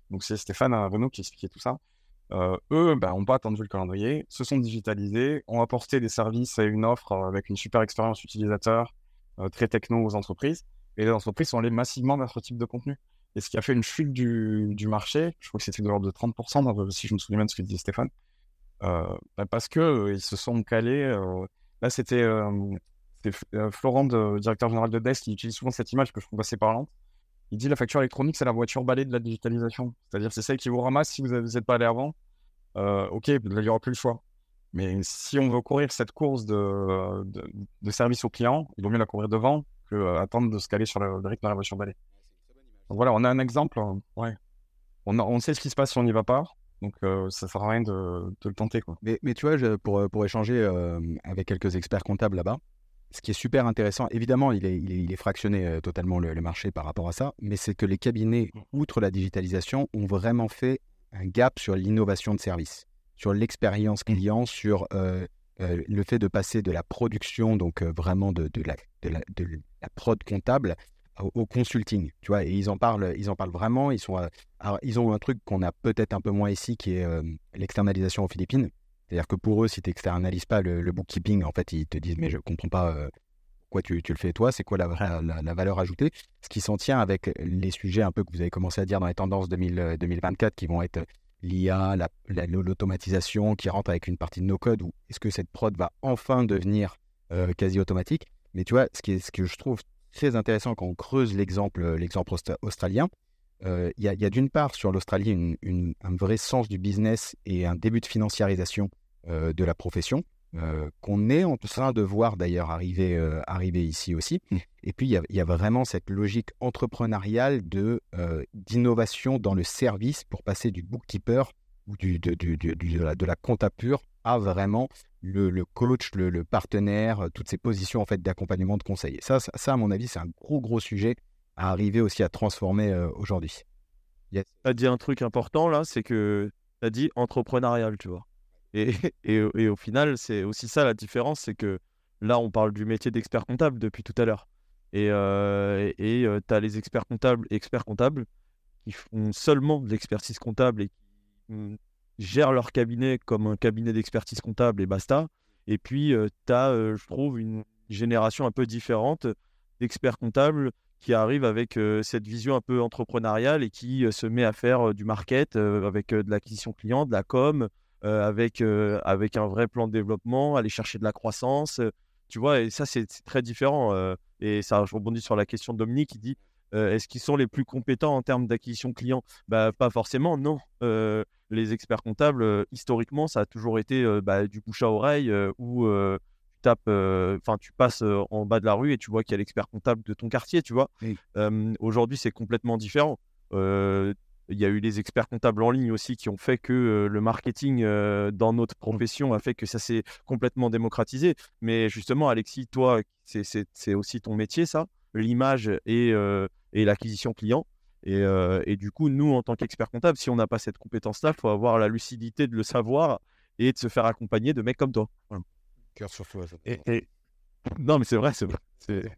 donc c'est Stéphane à Renault qui expliquait tout ça. Euh, eux, bah, ont pas attendu le calendrier, se sont digitalisés, ont apporté des services et une offre euh, avec une super expérience utilisateur, euh, très techno aux entreprises. Et les entreprises sont allées massivement vers ce type de contenu. Et ce qui a fait une chute du, du marché, je crois que c'était de l'ordre de trente pour cent, dans- si je me souviens bien de ce que disait Stéphane, euh, bah, parce que euh, ils se sont calés. euh, Là, c'était euh, c'était F- euh, Florent, de- directeur général de D E S, qui utilise souvent cette image que je trouve assez parlante. Il dit la facture électronique, c'est la voiture balai de la digitalisation. C'est-à-dire, c'est celle qui vous ramasse si vous n'êtes pas allé avant. Euh, ok, là, il n'y aura plus le choix. Mais si on veut courir cette course de, de, de service au client, il vaut mieux la courir devant que euh, attendre de se caler sur le, le rythme de la voiture balai. Donc voilà, on a un exemple. euh, ouais. On, a- on sait ce qui se passe si on n'y va pas. Donc euh, ça ne sert à rien de, de le tenter, quoi. Mais, mais tu vois, je- pour, euh, pour échanger euh, avec quelques experts comptables là-bas, ce qui est super intéressant, évidemment, il est, il est, il est fractionné euh, totalement le, le marché par rapport à ça, mais c'est que les cabinets, outre la digitalisation, ont vraiment fait un gap sur l'innovation de service, sur l'expérience client, sur euh, euh, le fait de passer de la production, donc euh, vraiment de, de, la, de, la, de la prod comptable, au, au consulting, tu vois, et ils en parlent, ils en parlent vraiment. Ils sont, euh, alors, ils ont un truc qu'on a peut-être un peu moins ici, qui est euh, l'externalisation aux Philippines. C'est-à-dire que pour eux, si tu n'externalises pas le, le bookkeeping, en fait, ils te disent, mais je comprends pas euh, pourquoi tu, tu le fais toi, c'est quoi la, la, la- la valeur ajoutée. Ce qui s'en tient avec les sujets un peu que vous avez commencé à dire dans les tendances deux mille, euh, deux mille vingt-quatre, qui vont être l'I A, la- la- l'automatisation, qui rentre avec une partie de nos codes, ou est-ce que cette prod va enfin devenir euh, quasi automatique. Mais tu vois, ce, qui est, ce que je trouve très intéressant quand on creuse l'exemple, euh, l'exemple austra- australien, euh, il y a, il y a d'une part sur l'Australie une- une- un vrai sens du business et un début de financiarisation euh, de la profession, euh, qu'on est en train de voir d'ailleurs arriver, euh, arriver ici aussi. Mm. Et puis, il y a, il y a vraiment cette logique entrepreneuriale de, euh, d'innovation dans le service pour passer du bookkeeper ou du, de, du- du- du- de, la, de la compta pure à vraiment le, le coach, le, le partenaire, euh, toutes ces positions en fait, d'accompagnement, de conseil. Et ça, ça, ça, à mon avis, c'est un gros, gros sujet à arriver aussi à transformer euh, aujourd'hui. Yes. Tu as dit un truc important là, c'est que tu as dit entrepreneurial, tu vois. Et, et, et au final, c'est aussi ça la différence, c'est que là, on parle du métier d'expert comptable depuis tout à l'heure. Et euh, et tu as les experts comptables, experts comptables qui font seulement de l'expertise comptable et qui mm, gèrent leur cabinet comme un cabinet d'expertise comptable et basta. Et puis, tu as, je trouve, une génération un peu différente d'experts comptables qui arrivent avec euh, cette vision un peu entrepreneuriale et qui euh, se met à faire euh, du market euh, avec euh, de l'acquisition client, de la com, euh, avec, euh, avec un vrai plan de développement, aller chercher de la croissance. euh, tu vois, et ça, c'est c'est très différent. euh, et ça, je rebondis sur la question de Dominique qui dit euh, est-ce qu'ils sont les plus compétents en termes d'acquisition client? Bah, pas forcément, non. Euh, les experts comptables, euh, historiquement, ça a toujours été euh, bah, du bouche à oreille euh, ou euh, tu tapes, euh, enfin, tu passes euh, en bas de la rue et tu vois qu'il y a l'expert comptable de ton quartier, tu vois. Oui. Euh, aujourd'hui, c'est complètement différent. Euh, Il y a eu les experts comptables en ligne aussi qui ont fait que euh, le marketing euh, dans notre profession a fait que ça s'est complètement démocratisé. Mais justement, Alexis, toi, c'est, c'est, c'est aussi ton métier, ça, l'image et, euh, et l'acquisition client. Et, euh, et du coup, nous, en tant qu'experts comptables, si on n'a pas cette compétence-là, il faut avoir la lucidité de le savoir et de se faire accompagner de mecs comme toi. Voilà. Cœur sur toi. Ça. Et, et Non, mais c'est vrai, c'est vrai. C'est...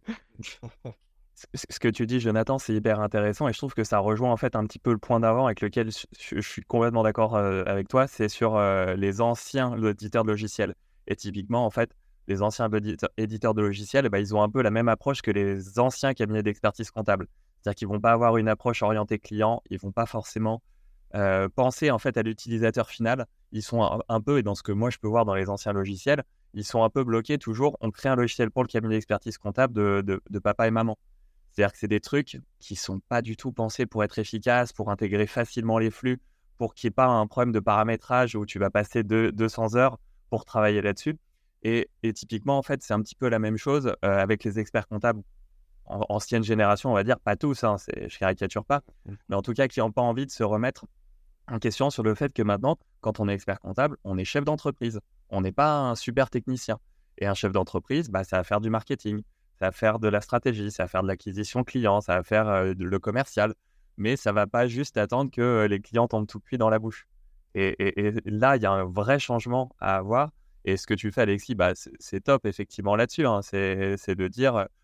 ce ce que tu dis, Jonathan, c'est hyper intéressant et je trouve que ça rejoint en fait un petit peu le point d'avant avec lequel je, je- je suis complètement d'accord euh, avec toi, c'est sur euh, les anciens éditeurs de logiciels. Et typiquement, en fait, les anciens éditeurs éditeurs de logiciels, eh ben, ils ont un peu la même approche que les anciens cabinets d'expertise comptable. C'est-à-dire qu'ils vont pas avoir une approche orientée client, ils vont pas forcément euh, penser en fait à l'utilisateur final. Ils sont un, un peu, et dans ce que moi je peux voir dans les anciens logiciels, ils sont un peu bloqués toujours. On crée un logiciel pour le cabinet d'expertise comptable de, de, de papa et maman. C'est-à-dire que c'est des trucs qui sont pas du tout pensés pour être efficaces, pour intégrer facilement les flux, pour qu'il n'y ait pas un problème de paramétrage où tu vas passer deux, deux cents heures pour travailler là-dessus. Et, et typiquement, en fait, c'est un petit peu la même chose euh, avec les experts comptables en, ancienne génération, on va dire, pas tous, hein, c'est, je caricature pas, mais en tout cas qui n'ont pas envie de se remettre en question sur le fait que maintenant, quand on est expert comptable, on est chef d'entreprise. On n'est pas un super technicien. Et un chef d'entreprise, bah, ça va faire du marketing, ça va faire de la stratégie, ça va faire de l'acquisition client, ça va faire euh, le commercial. Mais ça ne va pas juste attendre que euh, les clients tombent tout cuits dans la bouche. Et, et, et là, il y a un vrai changement à avoir. Et ce que tu fais, Alexis, bah, c'est, c'est top, effectivement, là-dessus. Hein. C'est, c'est de dire,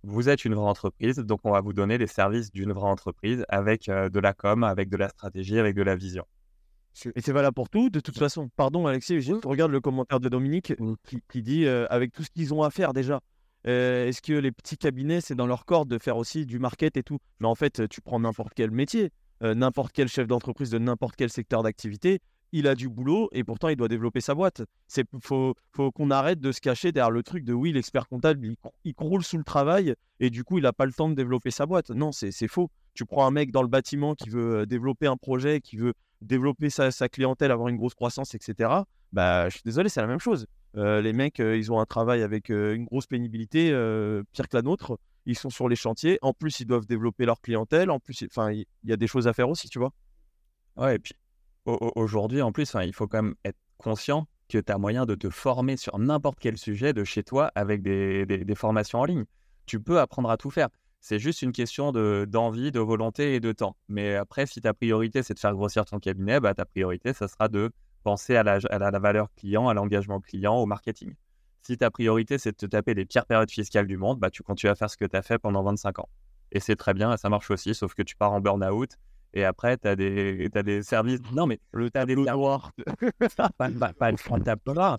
vous êtes une vraie entreprise, donc on va vous donner les services d'une vraie entreprise avec euh, de la com, avec de la stratégie, avec de la vision. Et c'est valable pour tout, de toute façon. Pardon, Alexis, je regarde le commentaire de Dominique Mm. qui, qui dit euh, avec tout ce qu'ils ont à faire déjà. euh, est-ce que les petits cabinets, c'est dans leur corde de faire aussi du market et tout? Mais en fait, tu prends n'importe quel métier, euh, n'importe quel chef d'entreprise de n'importe quel secteur d'activité, il a du boulot et pourtant il doit développer sa boîte. Il faut, faut qu'on arrête de se cacher derrière le truc de oui, l'expert comptable, il, il croule sous le travail et du coup, il n'a pas le temps de développer sa boîte. Non, c'est c'est faux. Tu prends un mec dans le bâtiment qui veut euh, développer un projet, qui veut développer sa, sa clientèle, avoir une grosse croissance, et cetera. Bah, je suis désolé, c'est la même chose. Euh, les mecs, euh, ils ont un travail avec euh, une grosse pénibilité, euh, pire que la nôtre. Ils sont sur les chantiers. En plus, ils doivent développer leur clientèle. En plus, enfin, il y, y a des choses à faire aussi, tu vois. Ouais, et puis au- au- aujourd'hui, en plus, enfin, il faut quand même être conscient que tu as moyen de te former sur n'importe quel sujet de chez toi avec des, des- des formations en ligne. Tu peux apprendre à tout faire. C'est juste une question de, d'envie, de volonté et de temps. Mais après, si ta priorité, c'est de faire grossir ton cabinet, bah, ta priorité, ça sera de penser à la, à la, la valeur client, à l'engagement client, au marketing. Si ta priorité, c'est de te taper les pires périodes fiscales du monde, bah, tu continues à faire ce que tu as fait pendant vingt-cinq ans. Et c'est très bien, et ça marche aussi, sauf que tu pars en burn-out. Et après, tu as des, t'as des services. Non, mais Le t'as des tableau services. noir. Pas, pas, pas le comptable là.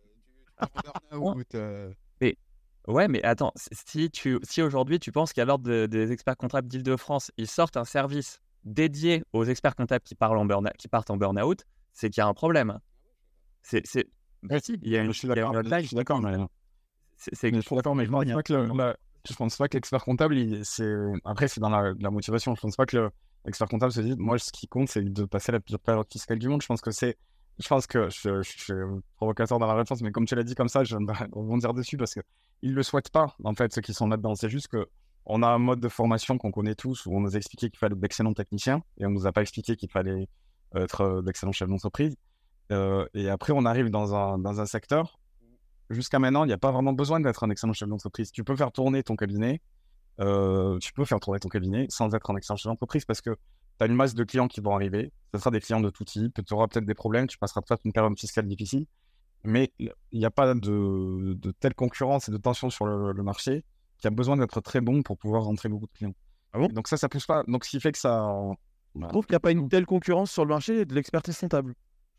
Burn-out, euh, Ouais, mais attends, si, tu, si aujourd'hui tu penses qu'à l'ordre de- des experts comptables d'Île-de-France, ils sortent un service dédié aux experts comptables qui, parlent en burn qui partent en burn-out, c'est qu'il y a un problème. C'est, c'est... Bah si, il y a une, Je suis il y a d'accord, une je hotline. suis d'accord, mais C'est, c'est- mais je suis d'accord, mais je pense pas que le- la- je pense pas que l'expert comptable, il- c'est après c'est dans la, la motivation. Je pense pas que le- l'expert comptable se dit, moi, ce qui compte, c'est de passer la pire période fiscale du monde. Je pense que c'est, je pense que je, je suis provocateur dans la réponse, mais comme tu l'as dit comme ça, je vais rebondir dessus parce que ils le souhaitent pas. En fait, ceux qui sont là-dedans, c'est juste que on a un mode de formation qu'on connaît tous où on nous a expliqué qu'il fallait d'excellents techniciens et on nous a pas expliqué qu'il fallait être euh, d'excellents chefs d'entreprise. Euh, et après, on arrive dans un dans un secteur. Jusqu'à maintenant, il n'y a pas vraiment besoin d'être un excellent chef d'entreprise. Tu peux faire tourner ton cabinet, euh, tu peux faire tourner ton cabinet sans être un excellent chef d'entreprise parce que tu as une masse de clients qui vont arriver. Ce sera des clients de tout type. Tu auras peut-être des problèmes, tu passeras peut-être une période fiscale difficile, mais il n'y a pas de, de telle concurrence et de tension sur le, le marché qui a besoin d'être très bon pour pouvoir rentrer beaucoup de clients. Ah bon Et donc ça, ça pousse pas. Donc ce qui fait que ça. Je trouve qu'il n'y a pas une telle concurrence sur le marché de l'expertise comptable.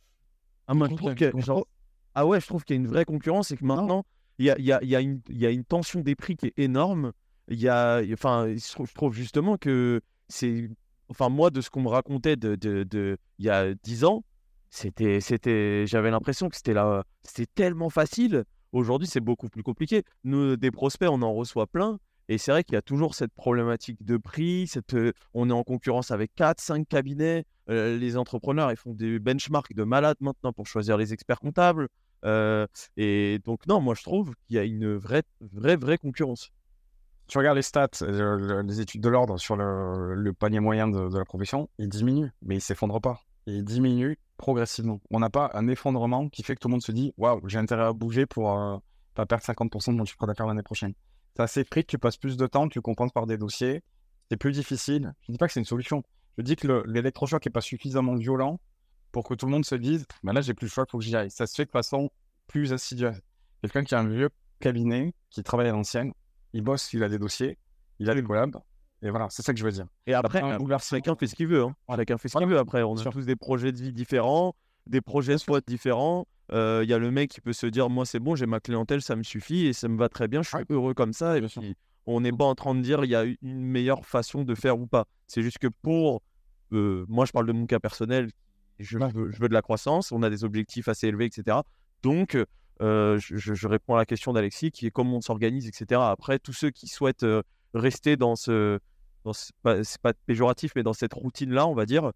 Ah, moi, je trouve que, genre, ah ouais, je trouve qu'il y a une vraie concurrence et que maintenant, il y a, il y a, il y a une, il y a une tension des prix qui est énorme. Il y a, enfin, je trouve, je trouve justement que c'est, enfin, moi, de ce qu'on me racontait de, de, de, il y a dix ans, c'était, c'était, j'avais l'impression que c'était là, c'était tellement facile. Aujourd'hui, c'est beaucoup plus compliqué. Nous, des prospects, on en reçoit plein. Et c'est vrai qu'il y a toujours cette problématique de prix. Cette, euh, on est en concurrence avec quatre, cinq cabinets. Euh, les entrepreneurs, ils font des benchmarks de malades maintenant pour choisir les experts comptables. Euh, et donc, non, moi, je trouve qu'il y a une vraie, vraie, vraie concurrence. Tu regardes les stats, euh, le- les études de l'ordre sur le, le panier moyen de, de la profession, il diminue, mais il ne s'effondre pas. Il diminue progressivement. On n'a pas un effondrement qui fait que tout le monde se dit « Waouh, j'ai intérêt à bouger pour euh, pas perdre cinquante pour cent de mon chiffre d'affaires l'année prochaine. » C'est assez pris, tu passes plus de temps, tu compenses par des dossiers, c'est plus difficile. Je ne dis pas que c'est une solution. Je dis que le- l'électrochoc n'est pas suffisamment violent pour que tout le monde se dise bah là, j'ai plus le choix, il faut que j'y aille. Ça se fait de façon plus insidieuse. Quelqu'un qui a un vieux cabinet, qui travaille à l'ancienne, il bosse, il a des dossiers, il a des collabs, et voilà, c'est ça que je veux dire. Et après, un euh, bouleversement. chacun fait ce qu'il veut. Hein. Voilà. Chacun fait ce Voilà. qu'il veut. Après, on Bien a sûr. tous des projets de vie différents, des projets soit différents. Euh, Il y a le mec qui peut se dire moi, c'est bon, j'ai ma clientèle, ça me suffit et ça me va très bien, je suis Ouais. heureux comme ça. Et Bien sûr. puis, on n'est pas en train de dire il y a une meilleure façon de faire ou pas. C'est juste que pour. euh, moi, je parle de mon cas personnel. Je, Ouais. veux, je veux de la croissance, on a des objectifs assez élevés, et cetera. Donc, euh, je, je- je réponds à la question d'Alexis qui est comment on s'organise, et cetera. Après, tous ceux qui souhaitent euh, rester dans ce. Dans ce pas- c'est pas péjoratif, mais dans cette routine-là, on va dire,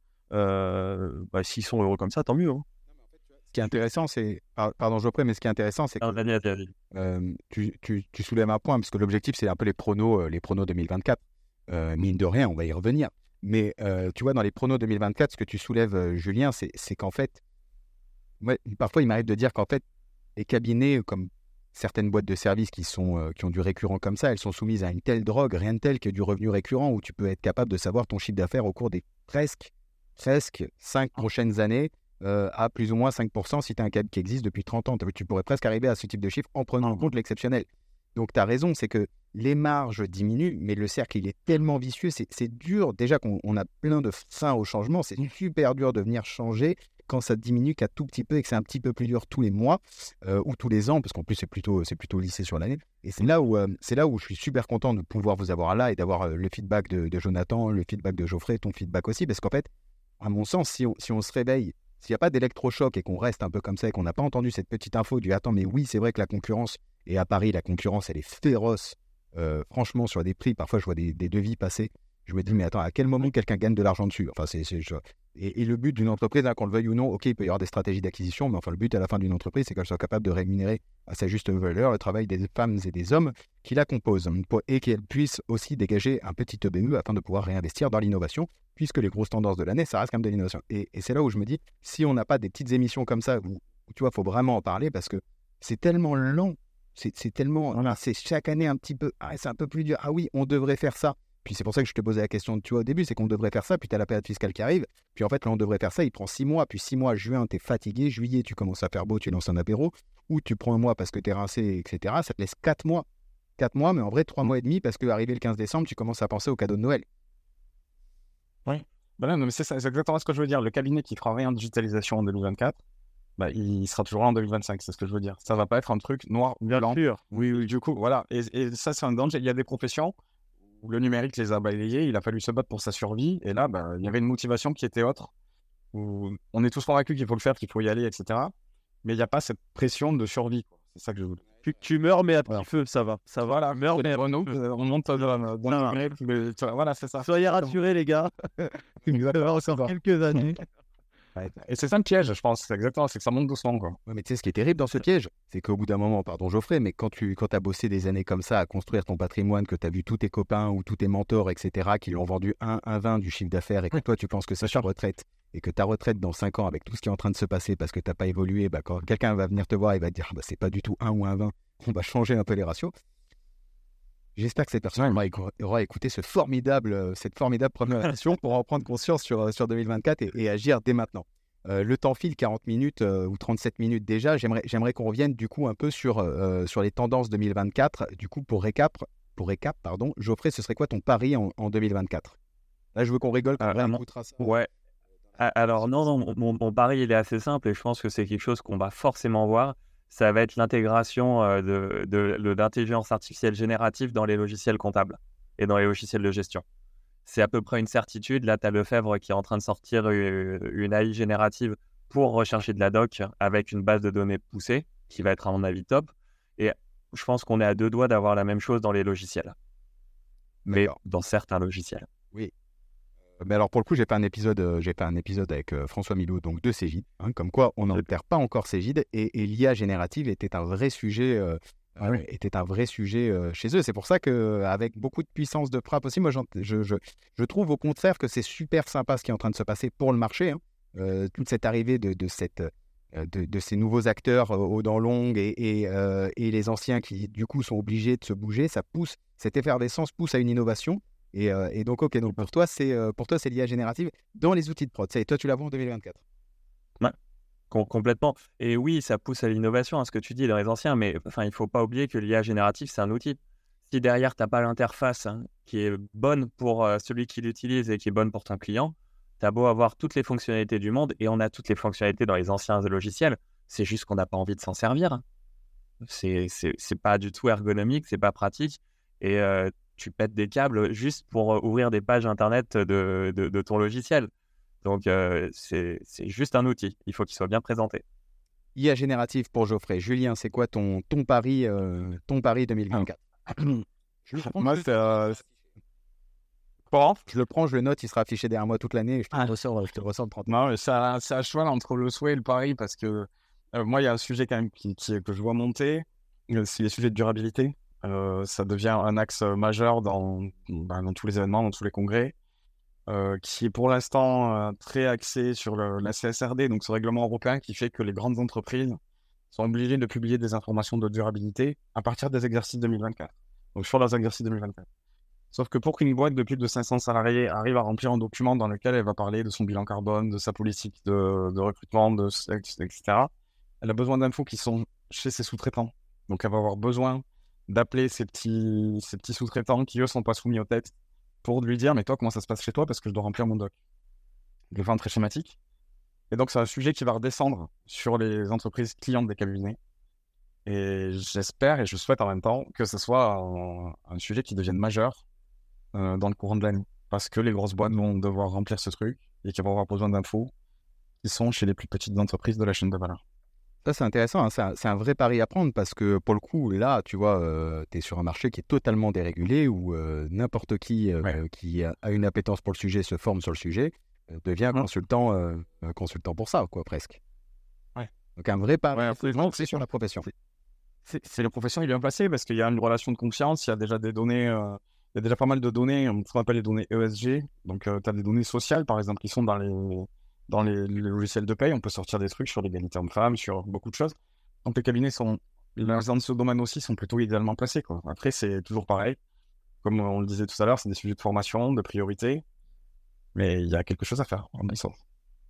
euh, bah, s'ils sont heureux comme ça, tant mieux. Hein. Ce qui est intéressant, c'est. par- Pardon, Geoffrey, mais ce qui est intéressant, c'est que Non, Daniel, vas-y. euh, tu, tu, tu soulèves un point, parce que l'objectif, c'est un peu les pronos, euh, les pronos deux mille vingt-quatre. Euh, mine de rien, on va y revenir. Mais euh, tu vois, dans les pronos deux mille vingt-quatre, ce que tu soulèves, euh, Julien, c'est c'est qu'en fait, ouais, parfois, il m'arrive de dire qu'en fait, les cabinets, comme certaines boîtes de services qui, sont, euh, qui ont du récurrent comme ça, elles sont soumises à une telle drogue, rien de tel que du revenu récurrent, où tu peux être capable de savoir ton chiffre d'affaires au cours des presque, presque cinq prochaines années, euh, à plus ou moins cinq pour cent si tu as un cabinet qui existe depuis trente ans. Tu pourrais presque arriver à ce type de chiffre en prenant en compte l'exceptionnel. Donc, tu as raison, c'est que les marges diminuent, mais le cercle, il est tellement vicieux, c'est, c'est dur. Déjà qu'on on a plein de freins au changement, c'est super dur de venir changer quand ça diminue qu'à tout petit peu et que c'est un petit peu plus dur tous les mois euh, ou tous les ans, parce qu'en plus, c'est plutôt, c'est plutôt lissé sur l'année. Et c'est là, où, euh, c'est là où je suis super content de pouvoir vous avoir là et d'avoir euh, le feedback de, de Jonathan, le feedback de Geoffrey, ton feedback aussi, parce qu'en fait, à mon sens, si on, si on se réveille, s'il n'y a pas d'électrochoc et qu'on reste un peu comme ça et qu'on n'a pas entendu cette petite info du « Attends, mais oui, c'est vrai que la concurrence, et à Paris, la concurrence, elle est féroce. Euh, franchement, sur des prix, parfois, je vois des, des devis passer. Je me dis, mais attends, à quel moment quelqu'un gagne de l'argent dessus ?» Enfin, c'est, c'est, je... et, et le but d'une entreprise, hein, qu'on le veuille ou non, ok, il peut y avoir des stratégies d'acquisition, mais enfin, le but à la fin d'une entreprise, c'est qu'elle soit capable de rémunérer à sa juste valeur le travail des femmes et des hommes qui la composent et qu'elle puisse aussi dégager un petit E B E afin de pouvoir réinvestir dans l'innovation, puisque les grosses tendances de l'année, ça reste quand même de l'innovation. Et, et c'est là où je me dis, si on n'a pas des petites émissions comme ça, où, où tu vois, il faut vraiment en parler parce que c'est tellement lent, c'est, c'est tellement, voilà, c'est chaque année un petit peu, ah, c'est un peu plus dur, ah oui, on devrait faire ça. Puis c'est pour ça que je te posais la question, tu vois, au début, c'est qu'on devrait faire ça, puis tu as la période fiscale qui arrive, puis en fait, là, on devrait faire ça, il prend six mois, puis six mois, juin, tu es fatigué, juillet, tu commences à faire beau, tu lances un apéro, ou tu prends un mois parce que tu es rincé, et cetera. Ça te laisse quatre mois. Quatre mois, mais en vrai, trois mois et demi, parce qu'arrivé le quinze décembre, tu commences à penser au cadeau de Noël. Oui, bah là, non, mais c'est, ça, c'est exactement ce que je veux dire. Le cabinet qui fera rien en digitalisation en deux mille vingt-quatre, bah, il sera toujours là en deux mille vingt-cinq, c'est ce que je veux dire. Ça va pas être un truc noir ou blanc. Bien sûr, oui, oui. Du coup, voilà, et, et ça, c'est un danger. Il y a des professions où le numérique les a balayés, il a fallu se battre pour sa survie, et là, bah, il y avait une motivation qui était autre, où on est tous convaincus qu'il faut le faire, qu'il faut y aller, et cetera. Mais il n'y a pas cette pression de survie, quoi. C'est ça que je voulais. Tu, tu meurs, mais à petit Voilà. feu, ça va. Ça va. Voilà, meurs, mais à petit Renault, feu. on monte dans, dans Ça va. le numérique, mais, tu vois, voilà, c'est ça. Soyez rassurés, les gars. Exactement, encore c'est ça. quelques années. Ouais. Et c'est ça le piège, je pense. C'est exactement, c'est que ça monte doucement, quoi. Ouais, mais tu sais, ce qui est terrible dans ce piège, c'est qu'au bout d'un moment, pardon Geoffrey, mais quand tu quand as bossé des années comme ça à construire ton patrimoine, que tu as vu tous tes copains ou tous tes mentors, et cetera, qui l'ont vendu un à vingt du chiffre d'affaires, et que toi, tu penses que c'est ta retraite, et que ta retraite dans cinq ans, avec tout ce qui est en train de se passer, parce que tu n'as pas évolué, bah, quand quelqu'un va venir te voir, il va te dire, bah, c'est pas du tout un ou un vingt, on va changer un peu les ratios. J'espère que cette personne aura, éco- aura écouté ce formidable, euh, cette formidable première émission pour en prendre conscience sur, euh, sur deux mille vingt-quatre et, et agir dès maintenant. Euh, le temps file, quarante minutes euh, ou trente-sept minutes déjà. J'aimerais, j'aimerais qu'on revienne du coup un peu sur, euh, sur les tendances deux mille vingt-quatre. Du coup, pour récap, pour récap pardon, Geoffrey, ce serait quoi ton pari en, en deux mille vingt-quatre? Là, je veux qu'on rigole quand Ah, on mon- écoutera ça. Ouais. Ah, Alors non, non, mon, mon- mon pari, il est assez simple et je pense que c'est quelque chose qu'on va forcément voir. Ça va être l'intégration euh, de, de, de l'intelligence artificielle générative dans les logiciels comptables et dans les logiciels de gestion. C'est à peu près une certitude. Là, tu as Lefebvre qui est en train de sortir une, une A I générative pour rechercher de la doc avec une base de données poussée qui va être à mon avis top. Et je pense qu'on est à deux doigts d'avoir la même chose dans les logiciels. Mais D'accord. dans certains logiciels. Oui. Euh, Mais alors pour le coup, j'ai fait un épisode, euh, j'ai fait un épisode avec euh, François Milot, donc de Cégide, hein, comme quoi on n'enterre pas encore Cégide, et, et l'I A générative était un vrai sujet, euh, Ah oui. euh, était un vrai sujet euh, chez eux. C'est pour ça que avec beaucoup de puissance de frappe aussi, moi j'en- je, je, je trouve au contraire que c'est super sympa ce qui est en train de se passer pour le marché, hein. Euh, toute cette arrivée de, de cette euh, de, de ces nouveaux acteurs euh, aux dents longues et, et, euh, et les anciens qui du coup sont obligés de se bouger, ça pousse, cette effervescence pousse à une innovation. Et, euh, et donc, ok, donc pour toi, c'est euh, pour toi, c'est l'I A générative dans les outils de prod. Ça, et toi, tu la vois en deux mille vingt-quatre. Com- complètement. Et oui, ça pousse à l'innovation, à ce que tu dis dans les anciens, mais enfin, il ne faut pas oublier que l'I A générative, c'est un outil. Si derrière, tu n'as pas l'interface hein, qui est bonne pour euh, celui qui l'utilise et qui est bonne pour ton client, tu as beau avoir toutes les fonctionnalités du monde, et on a toutes les fonctionnalités dans les anciens logiciels, c'est juste qu'on n'a pas envie de s'en servir. hein. C'est, c'est, c'est pas du tout ergonomique, c'est pas pratique, et euh, tu pètes des câbles juste pour euh, ouvrir des pages internet de, de, de ton logiciel. Donc, euh, c'est, c'est juste un outil. Il faut qu'il soit bien présenté. I A générative pour Geoffrey. Julien, c'est quoi ton, ton pari, euh, ton pari deux mille vingt-quatre? Je le prends, Moi, je- c'est. Euh... Comment je le prends, je le note, il sera affiché derrière moi toute l'année et je te Ah. le ressors, je te le ressors le trente. Non, mais c'est à, c'est à cheval entre le souhait et le pari parce que euh, moi, il y a un sujet quand même qui, qui- que je vois monter, euh, c'est les sujets de durabilité. Euh, ça devient un axe euh, majeur dans, bah, dans tous les événements, dans tous les congrès, euh, qui est pour l'instant euh, très axé sur le- la C S R D, donc ce règlement européen qui fait que les grandes entreprises sont obligées de publier des informations de durabilité à partir des exercices deux mille vingt-quatre. Donc sur leurs exercices deux mille vingt-quatre. Sauf que pour qu'une boîte de plus de cinq cents salariés arrive à remplir un document dans lequel elle va parler de son bilan carbone, de sa politique de, de recrutement, de, et cetera, elle a besoin d'infos qui sont chez ses sous-traitants. Donc elle va avoir besoin d'appeler ces petits, ces petits sous-traitants qui, eux, sont pas soumis au texte pour lui dire, mais toi, comment ça se passe chez toi parce que je dois remplir mon doc. Je le fais en très schématique. Et donc, c'est un sujet qui va redescendre sur les entreprises clientes des cabinets. Et j'espère et je souhaite en même temps que ce soit un, un sujet qui devienne majeur euh, dans le courant de l'année. Parce que les grosses boîtes vont devoir remplir ce truc et qui vont avoir besoin d'infos qui sont chez les plus petites entreprises de la chaîne de valeur. Ça, c'est intéressant, hein. C'est un, c'est un vrai pari à prendre parce que pour le coup, là, tu vois, euh, tu es sur un marché qui est totalement dérégulé où euh, n'importe qui euh, Ouais. qui a a une appétence pour le sujet se forme sur le sujet, euh, devient Ouais. consultant, euh, euh, consultant pour ça, quoi, presque. Ouais. Donc, un vrai pari Ouais, absolument, c'est sur la profession. C'est, c'est la profession, il est bien placé parce qu'il y a une relation de confiance, il y a déjà des données, euh, il y a déjà pas mal de données, euh, ce qu'on appelle les données E S G. Donc, tu as des données sociales, par exemple, qui sont dans les, dans les, les logiciels de paye. On peut sortir des trucs sur l'égalité hommes-femmes, sur beaucoup de choses. Donc, les cabinets sont, dans ce domaine aussi, sont plutôt idéalement placés, quoi. Après, c'est toujours pareil. Comme on le disait tout à l'heure, c'est des sujets de formation, de priorité. Mais il y a quelque chose à faire, en même temps.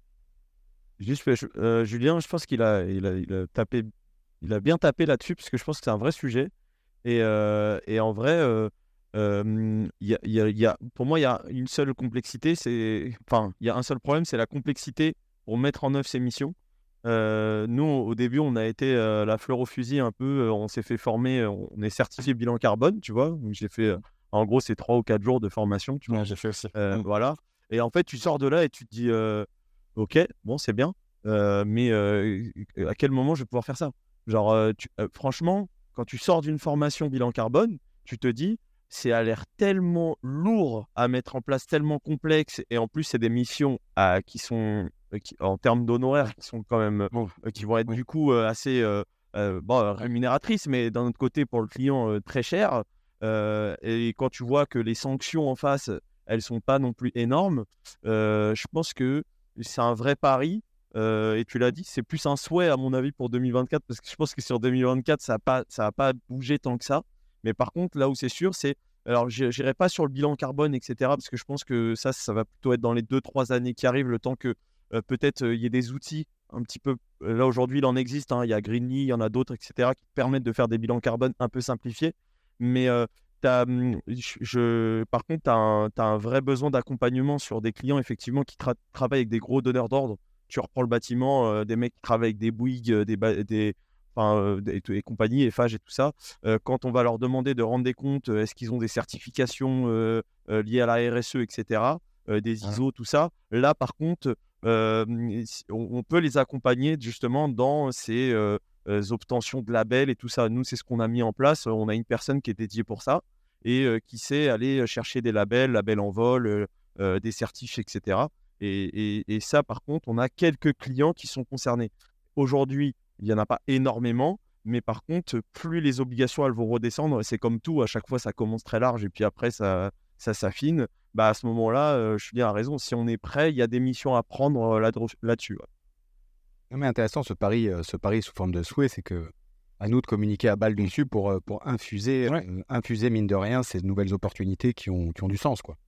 Juste, je- euh, Julien, je pense qu'il a, il a, il a tapé, il a bien tapé là-dessus parce que je pense que c'est un vrai sujet. Et, euh, et en vrai, euh, euh, il y a, il y a- il y a- pour moi, il y a une seule complexité, c'est, enfin, il y a un seul problème, c'est la complexité pour mettre en œuvre ces missions. Euh, nous, au début, on a été euh, la fleur au fusil un peu. euh, On s'est fait former, euh, on est certifié bilan carbone, tu vois. Donc, j'ai fait, euh, en gros, c'est trois ou quatre jours de formation, tu vois. Ouais, j'ai fait aussi. Euh, Mm. voilà. Et en fait, tu sors de là et tu te dis, euh, ok, bon, c'est bien, euh, mais euh, à quel moment je vais pouvoir faire ça? Genre, euh, tu- euh, franchement, quand tu sors d'une formation bilan carbone, tu te dis, c'est à l'air tellement lourd à mettre en place, tellement complexe, et en plus, c'est des missions à- qui sont, euh, qui- en termes d'honoraires, qui sont quand même, Bon, euh, qui vont être oui. du coup euh, assez euh, euh, bon, euh, rémunératrices, mais d'un autre côté, pour le client, euh, très cher. Euh, et quand tu vois que les sanctions en face, elles sont pas non plus énormes, euh, je pense que c'est un vrai pari. Euh, et tu l'as dit, c'est plus un souhait à mon avis pour deux mille vingt-quatre parce que je pense que sur deux mille vingt-quatre, ça n'a pas, ça a pas bougé tant que ça. Mais par contre, là où c'est sûr, c'est. Alors, je n'irai pas sur le bilan carbone, et cetera, parce que je pense que ça, ça va plutôt être dans les deux trois années qui arrivent, le temps que euh, peut-être euh, il y ait des outils un petit peu. euh, Là, aujourd'hui, il en existe, hein, il y a Greenly, il y en a d'autres, et cetera, qui permettent de faire des bilans carbone un peu simplifiés. Mais euh, t'as, hum, je, je- par contre, tu as un, t'as un vrai besoin d'accompagnement sur des clients, effectivement, qui tra- travaillent avec des gros donneurs d'ordre. Tu reprends le bâtiment, euh, des mecs qui travaillent avec des Bouygues, euh, des, ba- des, enfin, euh, des- et compagnie, Eiffage et tout ça. Euh, quand on va leur demander de rendre des comptes, euh, est-ce qu'ils ont des certifications euh, euh, liées à la R S E, et cetera, euh, des Voilà. I S O, tout ça. Là, par contre, euh, si- on, on peut les accompagner justement dans ces euh, euh, obtentions de labels et tout ça. Nous, c'est ce qu'on a mis en place. On a une personne qui est dédiée pour ça et euh, qui sait aller chercher des labels, labels en vol, euh, euh, des certifs, et cetera. Et, et- et ça, par contre, on a quelques clients qui sont concernés. Aujourd'hui, il n'y en a pas énormément, mais par contre, plus les obligations elles vont redescendre, et c'est comme tout, à chaque fois ça commence très large et puis après ça, ça s'affine. Bah, à ce moment-là, euh, Julien a raison, si on est prêt, il y a des missions à prendre euh, là- là-dessus. Ouais. Non, mais intéressant ce pari, euh, ce pari sous forme de souhait, c'est que à nous de communiquer à balle dessus pour, euh, pour infuser, Ouais. euh, infuser, mine de rien, ces nouvelles opportunités qui ont, qui ont du sens, quoi.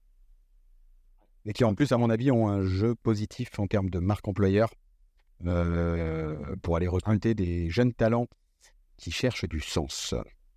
Et qui, en plus, à mon avis, ont un jeu positif en termes de marque employeur euh, pour aller recruter des jeunes talents qui cherchent du sens.